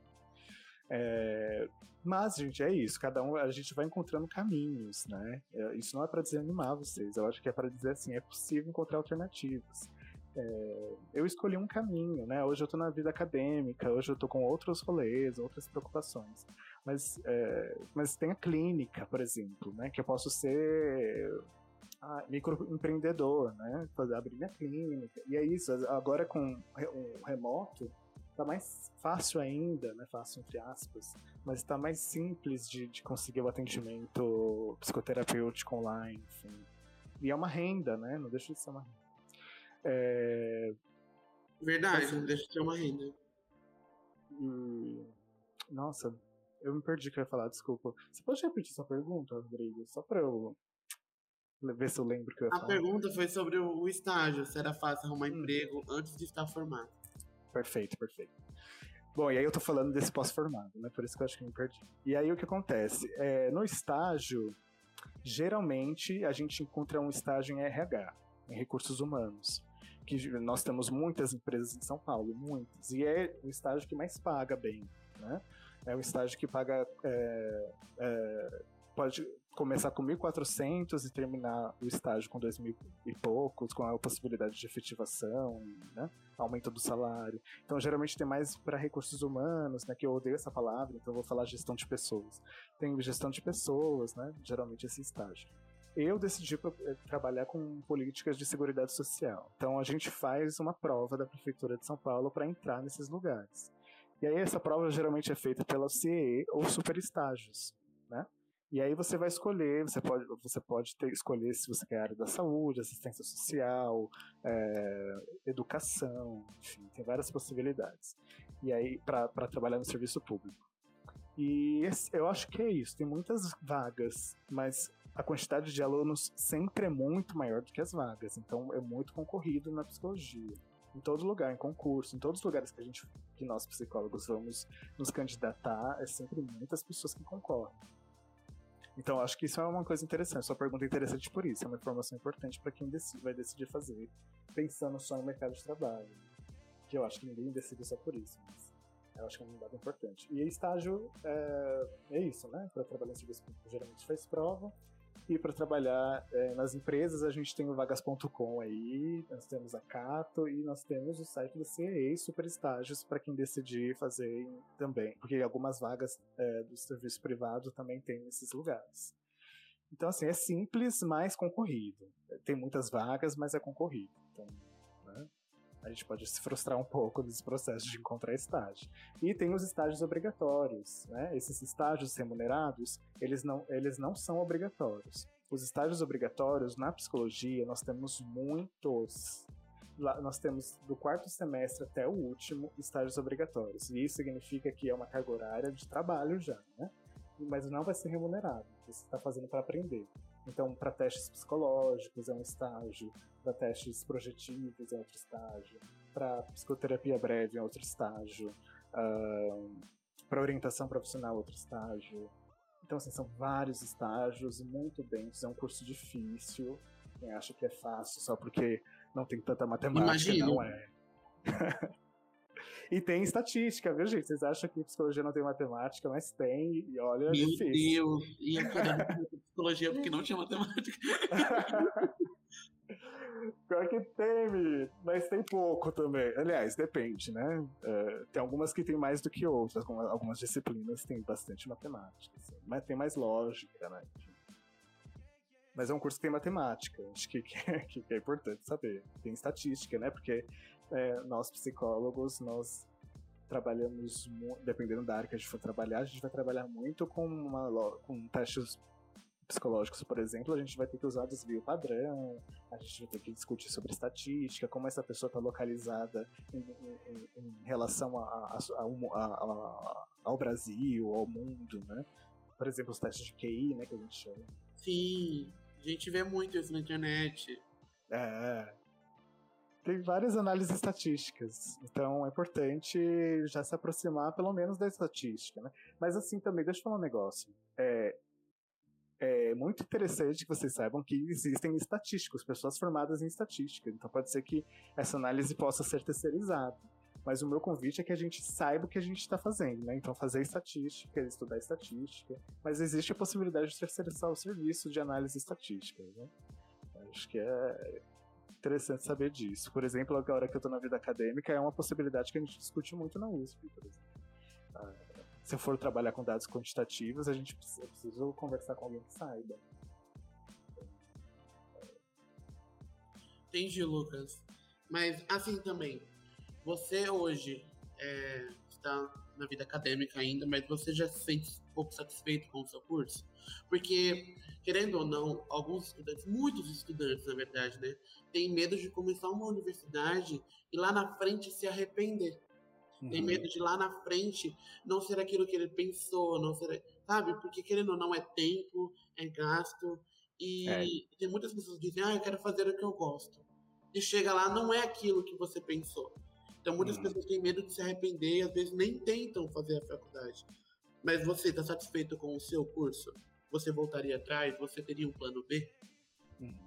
É, mas, gente, é isso. Cada um, a gente vai encontrando caminhos, né? É, isso não é para desanimar vocês. Eu acho que é para dizer assim, é possível encontrar alternativas. É, eu escolhi um caminho, né? Hoje eu tô na vida acadêmica, hoje eu tô com outros rolês, outras preocupações. Mas, é, mas tem a clínica, por exemplo, né? Que eu posso ser ah, microempreendedor, né? Fazer, abrir minha clínica. E é isso, agora com o remoto, tá mais fácil ainda, né? Fácil entre aspas, mas tá mais simples de, de conseguir o atendimento psicoterapêutico online, enfim. E é uma renda, né? Não deixa de ser uma renda. É... Verdade, assim, deixa de ter uma renda. Hum... Nossa, eu me perdi o que eu ia falar, desculpa. Você pode repetir sua pergunta, Rodrigo? Só pra eu ver se eu lembro o que eu ia A falar. A pergunta foi sobre o estágio, se era fácil arrumar hum. emprego antes de estar formado. Perfeito, perfeito. Bom, e aí eu tô falando desse pós-formado, né? Por isso que eu acho que eu me perdi. E aí o que acontece? É, no estágio, geralmente a gente encontra um estágio em R H, em recursos humanos. Que nós temos muitas empresas em São Paulo, muitas, e é o estágio que mais paga bem, né? É um estágio que paga, é, é, pode começar com mil e quatrocentos e terminar o estágio com dois mil e poucos, com a possibilidade de efetivação, né? Aumento do salário. Então, geralmente tem mais para recursos humanos, né? Que eu odeio essa palavra, então eu vou falar gestão de pessoas. Tem gestão de pessoas, né? Geralmente esse estágio. Eu decidi trabalhar com políticas de seguridade social. Então, a gente faz uma prova da Prefeitura de São Paulo para entrar nesses lugares. E aí, essa prova geralmente é feita pela C E E ou superestágios, né? E aí você vai escolher, você pode, você pode ter, escolher se você quer a área da saúde, assistência social, é, educação, enfim, tem várias possibilidades. E aí, para trabalhar no serviço público. E esse, eu acho que é isso, tem muitas vagas, mas a quantidade de alunos sempre é muito maior do que as vagas, então é muito concorrido na psicologia. Em todo lugar, em concurso, em todos os lugares que a gente, que nós psicólogos vamos nos candidatar, é sempre muitas pessoas que concorrem. Então, acho que isso é uma coisa interessante, sua pergunta é interessante por isso, é uma informação importante para quem decide, vai decidir fazer, pensando só no mercado de trabalho, que eu acho que ninguém decide só por isso, mas eu acho que é um dado importante. E estágio é, é isso, né? Para trabalhar em serviço público, geralmente faz prova. E para trabalhar é, nas empresas, a gente tem o vagas ponto com aí, nós temos a Cato e nós temos o site da C E E, super estágios, para quem decidir fazer também. Porque algumas vagas é, do serviço privado também tem nesses lugares. Então, assim, é simples, mas concorrido. Tem muitas vagas, mas é concorrido. Então, né? A gente pode se frustrar um pouco nesse processo de encontrar estágio. E tem os estágios obrigatórios, né? Esses estágios remunerados, eles não, eles não são obrigatórios. Os estágios obrigatórios, na psicologia, nós temos muitos. Lá, nós temos do quarto semestre até o último estágios obrigatórios. E isso significa que é uma carga horária de trabalho já, né? Mas não vai ser remunerado. Você está fazendo para aprender. Então, para testes psicológicos é um estágio, para testes projetivos é outro estágio, para psicoterapia breve é outro estágio, uh, para orientação profissional é outro estágio. Então, assim, são vários estágios muito densos, é um curso difícil. Quem acha que é fácil só porque não tem tanta matemática, Imagino. Não é. E tem estatística, viu, gente? Vocês acham que psicologia não tem matemática, mas tem, e olha, é Meu difícil. Meu Deus, e eu querendo psicologia porque não tinha matemática. Pior que tem, menino, mas tem pouco também. Aliás, depende, né? Uh, tem algumas que tem mais do que outras, algumas disciplinas tem bastante matemática, assim, mas tem mais lógica, né? Mas é um curso que tem matemática, acho que, que, que é importante saber. Tem estatística, né? Porque é, nós psicólogos, nós trabalhamos, dependendo da área que a gente for trabalhar, a gente vai trabalhar muito com, uma, com testes psicológicos, por exemplo, a gente vai ter que usar desvio padrão, a gente vai ter que discutir sobre estatística, como essa pessoa está localizada em, em, em relação a, a, a, a, ao Brasil, ao mundo, né? Por exemplo, os testes de Q I, né, que a gente chama. Sim, a gente vê muito isso na internet. É. Tem várias análises estatísticas, então é importante já se aproximar pelo menos da estatística, né? Mas assim também, deixa eu falar um negócio. É, é muito interessante que vocês saibam que existem estatísticos, pessoas formadas em estatística, então pode ser que essa análise possa ser terceirizada. Mas o meu convite é que a gente saiba o que a gente está fazendo, né? Então fazer estatística, estudar estatística, mas existe a possibilidade de terceirizar o serviço de análise estatística, né? Acho que é interessante saber disso. Por exemplo, agora que eu estou na vida acadêmica, é uma possibilidade que a gente discute muito na U S P, por exemplo. Ah, se eu for trabalhar com dados quantitativos, a gente precisa, eu preciso conversar com alguém que saiba. Entendi, Lucas. Mas, assim também, você hoje é, está na vida acadêmica ainda, mas você já se sente um pouco satisfeito com o seu curso? Porque, querendo ou não, alguns estudantes, muitos estudantes, na verdade, né, têm medo de começar uma universidade e lá na frente se arrepender. Uhum. Tem medo de lá na frente não ser aquilo que ele pensou, não ser, sabe? Porque, querendo ou não, é tempo, é gasto. E é. Tem muitas pessoas que dizem, ah, eu quero fazer o que eu gosto. E chega lá, não é aquilo que você pensou. Então, muitas uhum. pessoas têm medo de se arrepender e às vezes nem tentam fazer a faculdade. Mas você está satisfeito com o seu curso? Você voltaria atrás? Você teria um plano B? Uhum.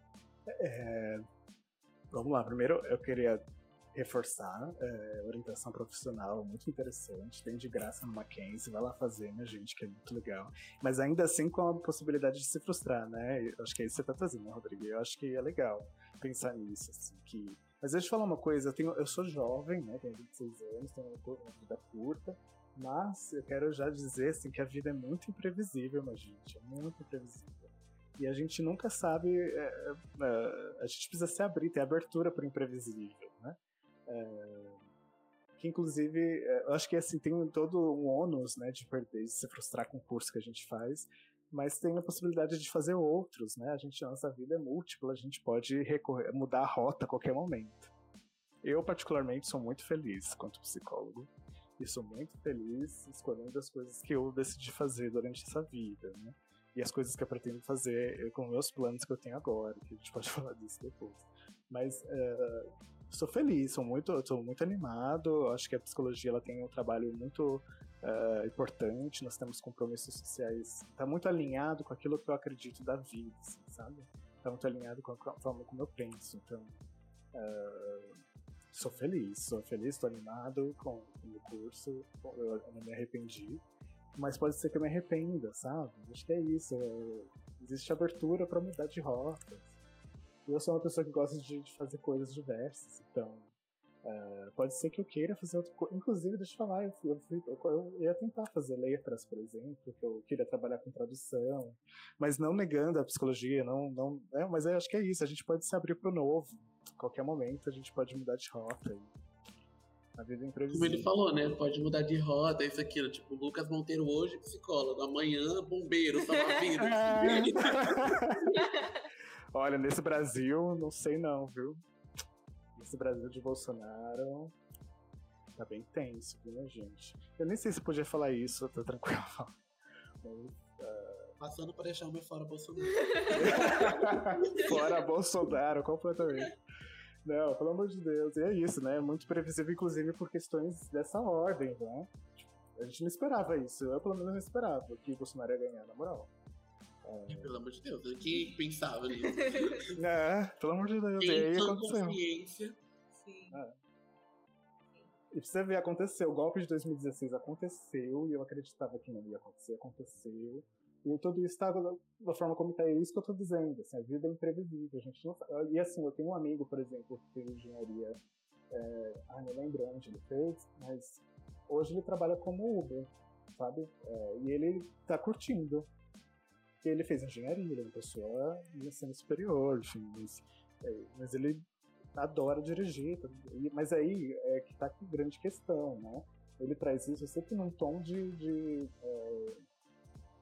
É... Vamos lá, primeiro eu queria reforçar é, orientação profissional, muito interessante, tem de graça no Mackenzie, vai lá fazer, minha gente, que é muito legal. Mas ainda assim com a possibilidade de se frustrar, né? Eu acho que é isso que você tá trazendo, né, Rodrigo? Eu acho que é legal pensar nisso, assim, que... Mas deixa eu te falar uma coisa, eu, tenho, eu sou jovem, né, tenho vinte e seis anos, tenho uma vida curta, mas eu quero já dizer, assim, que a vida é muito imprevisível, minha gente, é muito imprevisível. E a gente nunca sabe, é, é, a gente precisa se abrir, ter abertura para o imprevisível, né? É, que inclusive, é, eu acho que assim, tem todo um ônus, né, de perder, de se frustrar com o curso que a gente faz, mas tem a possibilidade de fazer outros, né? A gente, a nossa vida é múltipla, a gente pode recorrer, mudar a rota a qualquer momento. Eu, particularmente, sou muito feliz quanto psicólogo, e sou muito feliz escolhendo as coisas que eu decidi fazer durante essa vida, né? E as coisas que eu pretendo fazer com meus planos que eu tenho agora, que a gente pode falar disso depois. Mas uh, sou feliz, sou muito, sou muito animado, acho que a psicologia ela tem um trabalho muito uh, importante, nós temos compromissos sociais, está muito alinhado com aquilo que eu acredito da vida, assim, sabe? Está muito alinhado com a forma como eu penso, então uh, sou feliz, sou feliz, estou animado com, com o meu curso, eu, eu não me arrependi. Mas pode ser que eu me arrependa, sabe? Acho que é isso. É... Existe abertura para mudar de rota. E eu sou uma pessoa que gosta de, de fazer coisas diversas. Então, uh, pode ser que eu queira fazer outra coisa. Inclusive, deixa eu falar, eu, fui, eu, fui, eu, eu ia tentar fazer letras, por exemplo, que eu queria trabalhar com tradução. Mas não negando a psicologia, não, não, é, mas eu acho que é isso. A gente pode se abrir para o novo. A qualquer momento a gente pode mudar de rota. E... A vida é imprevisível. Como ele falou, né? Pode mudar de rota, isso, aquilo. Tipo, Lucas Monteiro hoje, psicólogo. Amanhã, bombeiro, salva-vidas. Olha, nesse Brasil, não sei não, viu? Nesse Brasil de Bolsonaro, tá bem tenso, viu, né, gente? Eu nem sei se podia falar isso, tô tranquilo. Mas, uh... Passando para deixar o meu fora Bolsonaro. Fora Bolsonaro, completamente. Não, pelo amor de Deus, e é isso, né? Muito previsível, inclusive, por questões dessa ordem, né? A gente não esperava isso, eu pelo menos não esperava que o Bolsonaro ia ganhar, na moral. É... Pelo amor de Deus, quem pensava nisso? É, pelo amor de Deus, quem e aí tem aconteceu. Consciência. Sim. É. E pra você ver, aconteceu, o golpe de dois mil e dezesseis aconteceu, e eu acreditava que não ia acontecer, aconteceu. E tudo isso está da forma como está, é isso que eu estou dizendo, assim, a vida é imprevisível, a gente não sabe. E assim, eu tenho um amigo, por exemplo, que fez engenharia, é, ah, não lembro onde ele fez, mas hoje ele trabalha como Uber, sabe? É, e ele está curtindo. E ele fez engenharia, ele é uma pessoa de ensino superior, enfim, mas, é, mas ele adora dirigir, mas aí é que está a grande questão, né? Ele traz isso sempre num tom de... de é,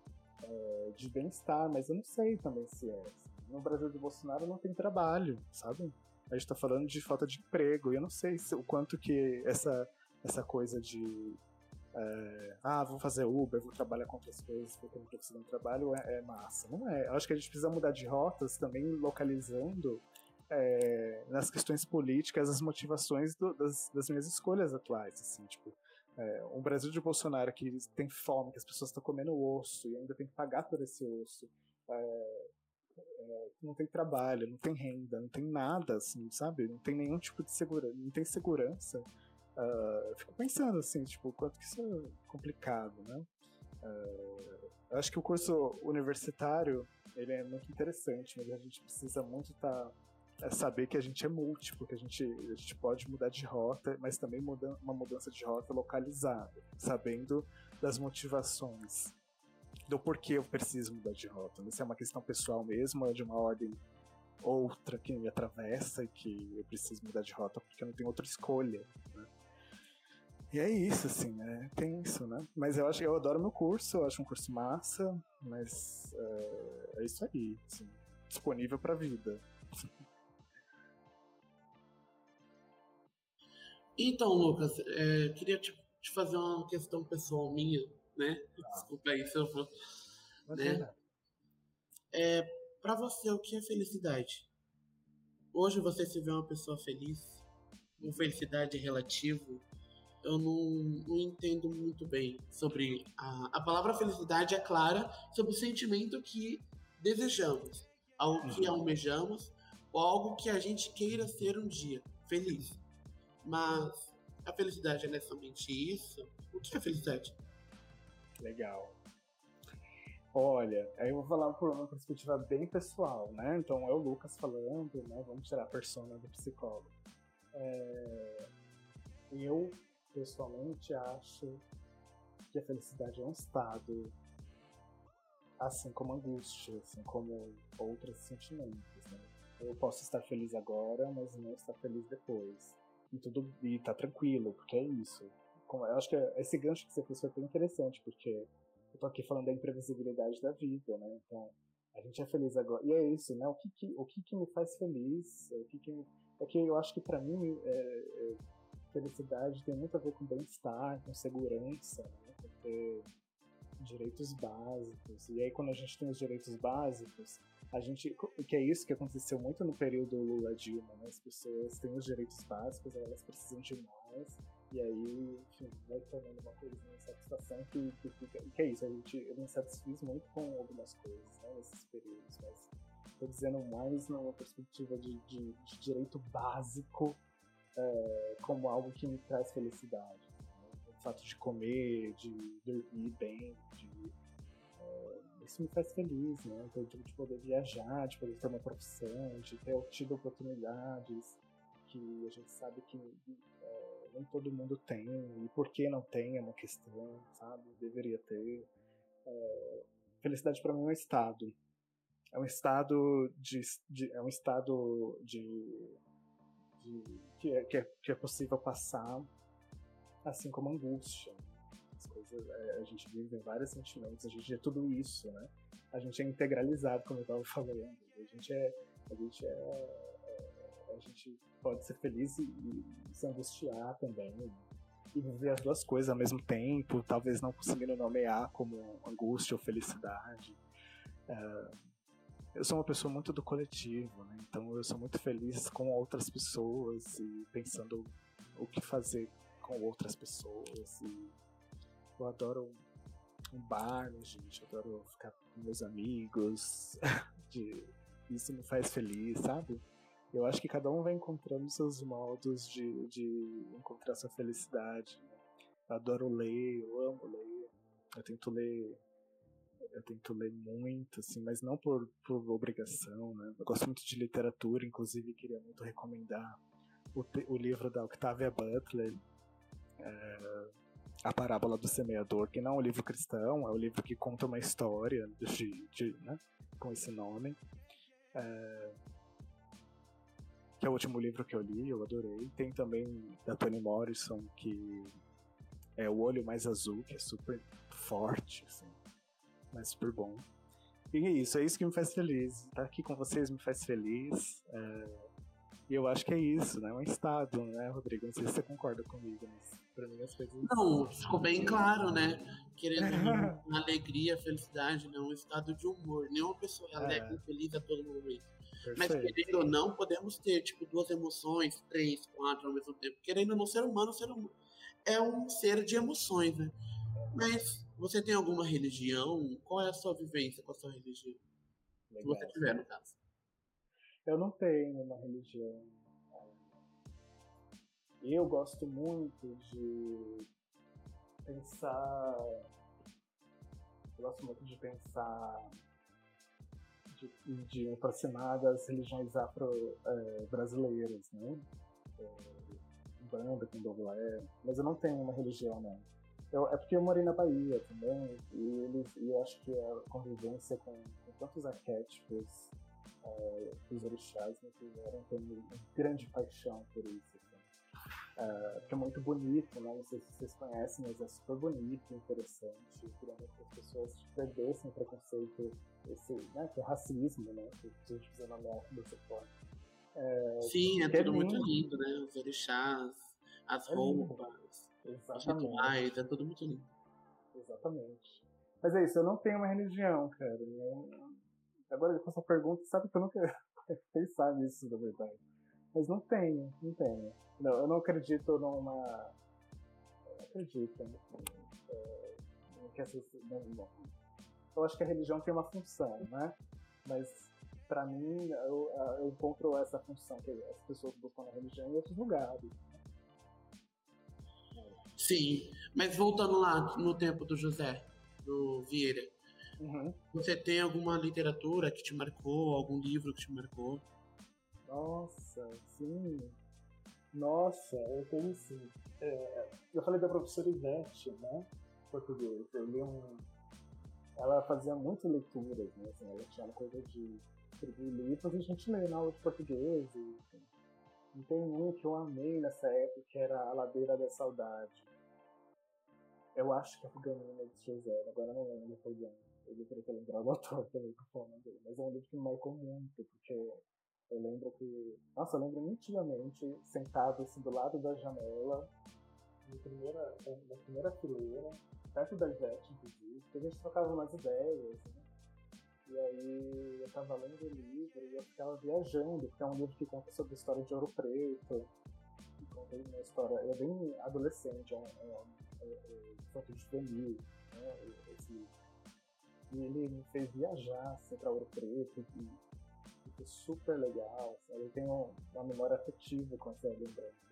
é, de bem-estar, mas eu não sei também se é. No Brasil do Bolsonaro não tem trabalho, sabe? A gente tá falando de falta de emprego, e eu não sei se, o quanto que essa, essa coisa de é, ah, vou fazer Uber, vou trabalhar com outras coisas porque não tô conseguindo trabalho, é, é massa. Não é. Eu acho que a gente precisa mudar de rotas também, localizando é, nas questões políticas as motivações do, das, das minhas escolhas atuais, assim, tipo, é, um Brasil de Bolsonaro que tem fome, que as pessoas estão comendo osso e ainda tem que pagar por esse osso, é, é, não tem trabalho, não tem renda, não tem nada, assim, sabe? Não tem nenhum tipo de segurança, não tem segurança. Uh, eu fico pensando, assim, tipo, o quanto que isso é complicado, né? Uh, eu acho que o curso universitário, ele é muito interessante, mas a gente precisa muito estar... Tá, é saber que a gente é múltiplo, que a gente, a gente pode mudar de rota, mas também muda, uma mudança de rota localizada, sabendo das motivações, do porquê eu preciso mudar de rota. Se é uma questão pessoal mesmo, é de uma ordem outra que me atravessa e que eu preciso mudar de rota porque eu não tenho outra escolha, né? E é isso, assim, é tenso, né? Mas eu acho que eu adoro meu curso, eu acho um curso massa, mas é, é isso aí, assim, disponível pra vida. Então, Lucas, é, queria te, te fazer uma questão pessoal minha, né? Ah. Desculpa aí se eu vou. Né? É, pra você, o que é felicidade? Hoje você se vê uma pessoa feliz? Com felicidade relativa? Eu não, não entendo muito bem sobre... A, a palavra felicidade é clara sobre o sentimento que desejamos, algo que almejamos, ou algo que a gente queira ser um dia, feliz. Mas a felicidade é somente isso? O que é felicidade? Legal. Olha, aí eu vou falar por uma perspectiva bem pessoal, né? Então é o Lucas falando, né? Vamos tirar a persona do psicólogo. É... Eu, pessoalmente, acho que a felicidade é um estado, assim como angústia, assim como outros sentimentos, né? Eu posso estar feliz agora, mas não estar feliz depois. E tudo e tá tranquilo, porque é isso. Eu acho que esse gancho que você fez foi bem interessante, porque eu tô aqui falando da imprevisibilidade da vida, né? Então, a gente é feliz agora. E é isso, né? O que que, o que, que me faz feliz? O que que, é que eu acho que pra mim, é, é, felicidade tem muito a ver com bem-estar, com segurança, né? Com ter direitos básicos. E aí, quando a gente tem os direitos básicos, a gente, que é isso que aconteceu muito no período Lula-Dilma, né? As pessoas têm os direitos básicos, elas precisam de mais, e aí, enfim, vai tornando uma coisa de insatisfação que, que fica... Que é isso, a gente, eu me satisfiz muito com algumas coisas, né, nesses períodos, mas tô dizendo mais numa perspectiva de, de, de direito básico, é, como algo que me traz felicidade. Né? O fato de comer, de dormir bem, de... É, isso me faz feliz, né? Então, de poder viajar, de poder ter uma profissão, de ter tido oportunidades que a gente sabe que é, nem todo mundo tem, e por que não tem é uma questão, sabe? Deveria ter. É, felicidade para mim é um estado. É um estado de, de é um estado de, de que, é, que, é, que é possível passar, assim como angústia. As coisas, é, a gente vive vários sentimentos, a gente é tudo isso, né? A gente é integralizado, como eu estava falando. A gente é, a gente é, é, a gente pode ser feliz e, e se angustiar também, né? E viver as duas coisas ao mesmo tempo, talvez não conseguindo nomear como angústia ou felicidade. É, eu sou uma pessoa muito do coletivo, né? Então eu sou muito feliz com outras pessoas e pensando o que fazer com outras pessoas. E eu adoro um bar, né, gente? Eu adoro ficar com meus amigos. De... Isso me faz feliz, sabe? Eu acho que cada um vai encontrando seus modos de, de encontrar sua felicidade. Eu adoro ler, eu amo ler. Eu tento ler, eu tento ler muito, assim, mas não por, por obrigação, né? Eu gosto muito de literatura, inclusive queria muito recomendar o, o livro da Octavia Butler, é, A Parábola do Semeador, que não é um livro cristão, é um livro que conta uma história de, de, né, com esse nome. É, que é o último livro que eu li, eu adorei. Tem também da Toni Morrison, que é O Olho Mais Azul, que é super forte, assim. mas super bom. E é isso, é isso que me faz feliz. Estar aqui com vocês me faz feliz. É... E eu acho que é isso, né? É um estado, né, Rodrigo? Não sei se você concorda comigo, mas pra mim as coisas... Não, ficou bem claro, né? Querendo uma alegria, felicidade, não, um estado de humor. Nenhuma pessoa é alegre e feliz a todo momento. Perfeito. Mas querendo ou não, podemos ter, tipo, duas emoções, três, quatro ao mesmo tempo. Querendo ou não, ser humano, ser humano é um ser de emoções, né? Mas você tem alguma religião? Qual é a sua vivência com a sua religião? Legal. Se você tiver, no caso. Eu não tenho uma religião. Eu gosto muito de pensar. Eu gosto muito de pensar. De, de me aproximar das religiões afro-brasileiras, é, né? É, banda, candomblé. Mas eu não tenho uma religião, não. Eu, é porque eu morei na Bahia também. E, eles, e eu acho que a convivência com, com tantos arquétipos. Uh, os orixás me fizeram ter uma grande paixão por isso, assim. Uh, porque é muito bonito, né? Não sei se vocês conhecem, mas é super bonito, interessante. Eu queria muito que as pessoas perdessem o preconceito, esse, né? Que é racismo, né? Que a gente precisa nomear dessa forma. É, Sim, é tudo é muito lindo, né? Os orixás, as é roupas, os rituais, é tudo muito lindo. Exatamente. Mas é isso, eu não tenho uma religião, cara. Eu... Agora, com essa pergunta, sabe que eu nunca pensar nisso, na verdade. Mas não tenho, não tenho. Não, eu não acredito numa... Eu não acredito. É, que essa, não, não. Eu acho que a religião tem uma função, né? Mas, pra mim, eu, eu encontro essa função que as pessoas buscam na religião em outros lugares. Sim, mas voltando lá no tempo do José, do Vieira, uhum. Você tem alguma literatura que te marcou, algum livro que te marcou? Nossa, sim. Nossa, eu tenho sim. É, eu falei da professora Ivete, né? Português. Eu li um... Ela fazia muitas leituras, né? Assim, ela tinha uma coisa de escrever livros e a gente lê na aula de português. E, enfim. E tem um que eu amei nessa época, que era A Ladeira da Saudade. Eu acho que é Fuganina de José, agora eu não lembro o nome. Eu queria ter lembrado o autor também, dele. Mas é um livro que me marcou muito, porque eu lembro que... Nossa, eu lembro nitidamente, sentado assim, do lado da janela, na primeira, na primeira fileira, perto da Ivete, inclusive, porque a gente trocava umas ideias, né? E aí eu tava lendo o livro e eu ficava viajando, porque é um livro que conta sobre a história de Ouro Preto, que conta uma história... É bem adolescente, é um, é um, é um conto juvenil, né? Esse... E ele me fez viajar assim, para Ouro Preto, e, e foi super legal. Assim, eu tenho uma memória afetiva com essa lembrança.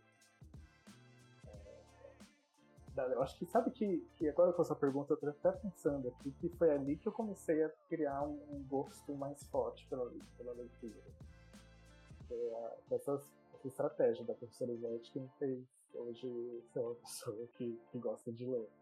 É, eu acho que, sabe que, que agora com essa pergunta, eu estou até pensando aqui, que foi ali que eu comecei a criar um, um gosto mais forte pela, pela leitura. Foi a, essa, essa estratégia da professora Ivete que me fez hoje ser uma pessoa que, que gosta de ler.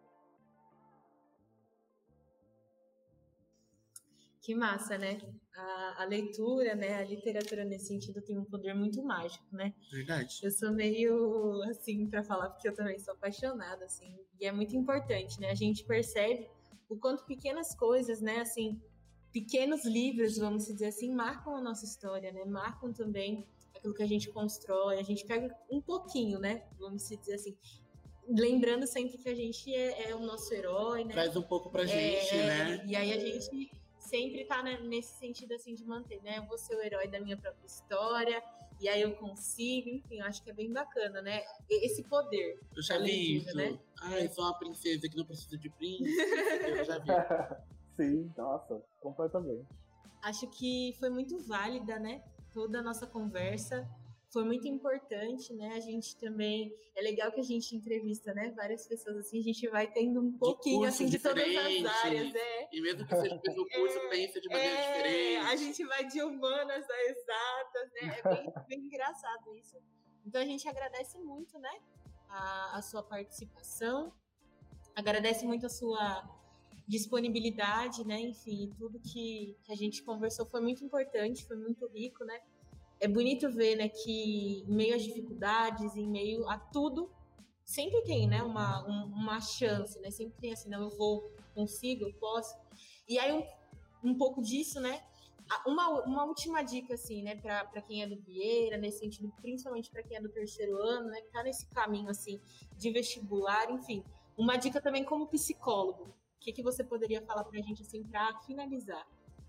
Que massa, né? A, a leitura, né? A literatura nesse sentido tem um poder muito mágico, né? Verdade. Eu sou meio assim para falar porque eu também sou apaixonada, assim, e é muito importante, né? A gente percebe o quanto pequenas coisas, né? Assim, pequenos livros, vamos dizer assim, marcam a nossa história, né? Marcam também aquilo que a gente constrói. A gente pega um pouquinho, né? Vamos dizer assim. Lembrando sempre que a gente é, é o nosso herói, né? Traz um pouco pra gente, é, né? E aí a gente sempre tá né, nesse sentido assim de manter, né? Eu vou ser o herói da minha própria história, e aí eu consigo, enfim, eu acho que é bem bacana, né? Esse poder. Eu já vi isso. Né? Ai, sou uma princesa que não precisa de príncipe. Eu já vi. Sim, nossa, completamente. Acho que foi muito válida, né? Toda a nossa conversa. Foi muito importante, né? A gente também... É legal que a gente entrevista, né? Várias pessoas, assim, a gente vai tendo um pouquinho, de assim, de todas as áreas, é. E mesmo que seja o mesmo curso, é, pensa de maneira é, diferente. A gente vai de humanas a exatas, né? É bem, bem engraçado isso. Então, a gente agradece muito, né? A, a sua participação. Agradece muito a sua disponibilidade, né? Enfim, tudo que, que a gente conversou foi muito importante, foi muito rico, né? É bonito ver, né, que em meio às dificuldades, em meio a tudo, sempre tem, né, uma, um, uma chance, né? Sempre tem assim, não, eu vou, consigo, eu posso. E aí, um, um pouco disso, né? Uma, uma última dica, assim, né, para quem é do Vieira, nesse sentido, principalmente para quem é do terceiro ano, né, que tá nesse caminho, assim, de vestibular, enfim. Uma dica também como psicólogo. O que, que você poderia falar pra gente, assim, para finalizar?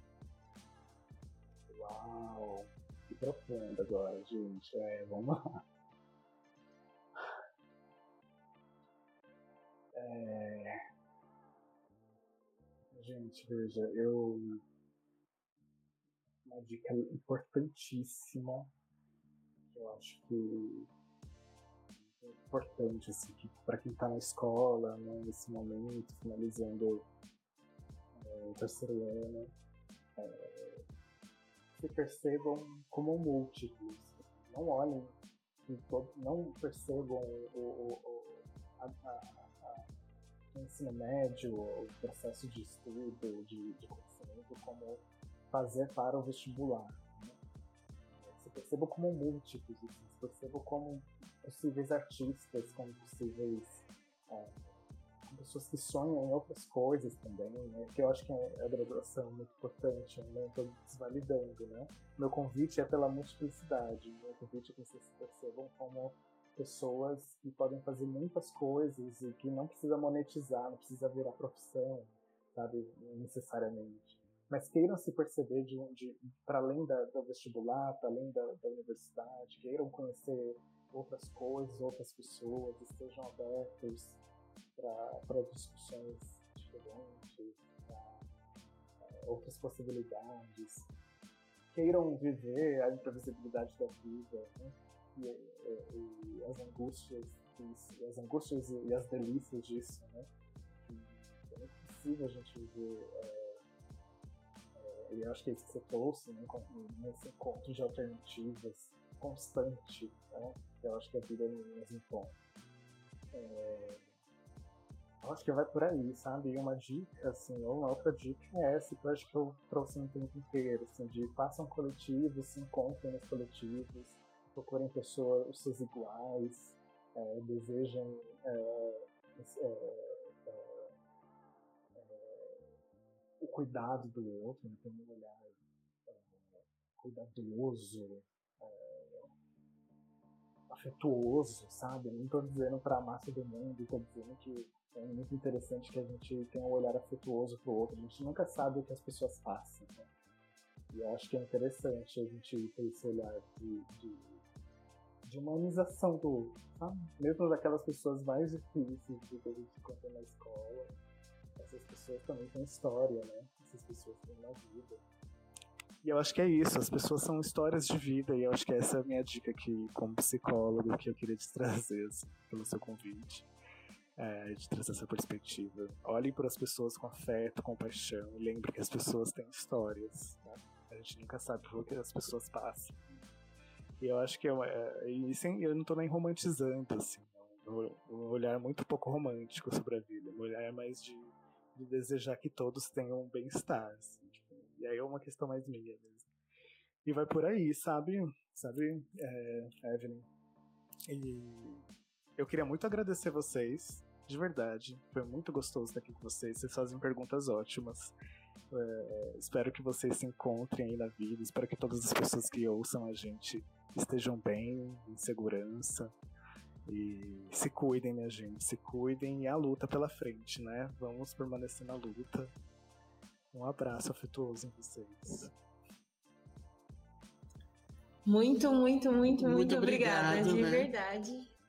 Uau! Que profundo agora, gente. É, vamos lá. É... Gente, veja, eu... Uma dica importantíssima, que eu acho que é importante, assim, que para quem está na escola, né, nesse momento, finalizando é, o terceiro ano, é, se percebam como múltiplos. Não olhem, não percebam o, o, o, a, a, a, o ensino médio, o processo de estudo, de, de conhecimento como fazer para o vestibular. Né? Se percebam como múltiplos, assim, se percebam como possíveis artistas, como possíveis é, pessoas que sonham em outras coisas também, né? Que eu acho que a graduação é muito importante, eu não estou desvalidando, né? Meu convite é pela multiplicidade, meu convite é que vocês se percebam como pessoas que podem fazer muitas coisas e que não precisa monetizar, não precisa virar profissão, sabe, necessariamente. Mas queiram se perceber de, de, para além da, do vestibular, para além da, da universidade, queiram conhecer outras coisas, outras pessoas, estejam abertos para discussões diferentes, para é, outras possibilidades, queiram viver a imprevisibilidade da vida, né? e, e, e as angústias, e as angústias e as delícias disso, né? É muito possível a gente viver. É, E eu acho que é isso que você trouxe, né, nesse encontro de alternativas constante, né? Eu acho que a vida nos impõe. É... Eu acho que vai por aí, sabe? E uma dica, assim, ou uma outra dica é essa, que eu acho que eu trouxe no tempo inteiro, assim, de façam coletivos, se encontrem nos coletivos, procurem pessoas, os seus iguais, é, desejem é, é, o cuidado do outro, né? Tem um olhar é, cuidadoso, é, afetuoso, sabe? Não estou dizendo para a massa do mundo, estou dizendo que é muito interessante que a gente tenha um olhar afetuoso para o outro. A gente nunca sabe o que as pessoas passam, né? E eu acho que é interessante a gente ter esse olhar de, de, de humanização do outro, sabe? Mesmo daquelas pessoas mais difíceis que a gente encontra na escola. Essas pessoas também têm história, né? Essas pessoas têm uma vida. E eu acho que é isso, as pessoas são histórias de vida, e eu acho que essa é a minha dica aqui, como psicólogo, que eu queria te trazer, assim, pelo seu convite, é, de trazer essa perspectiva. Olhem para as pessoas com afeto, com paixão, e lembre que as pessoas têm histórias, né? A gente nunca sabe o que as pessoas passam. E eu acho que eu, é, e sem, eu não estou nem romantizando, assim, um olhar muito pouco romântico sobre a vida, um olhar mais de de desejar que todos tenham um bem-estar, assim, tipo, e aí é uma questão mais minha mesmo. E vai por aí, sabe? Sabe, é, Evelyn? E eu queria muito agradecer vocês, de verdade. Foi muito gostoso estar aqui com vocês. Vocês fazem perguntas ótimas. É, espero que vocês se encontrem aí na vida. Espero que todas as pessoas que ouçam a gente estejam bem, em segurança. E se cuidem, minha gente, se cuidem, e a luta pela frente, né? Vamos permanecer na luta. Um abraço afetuoso em vocês. Muito, muito, muito, muito, muito obrigada, obrigado, de né? verdade.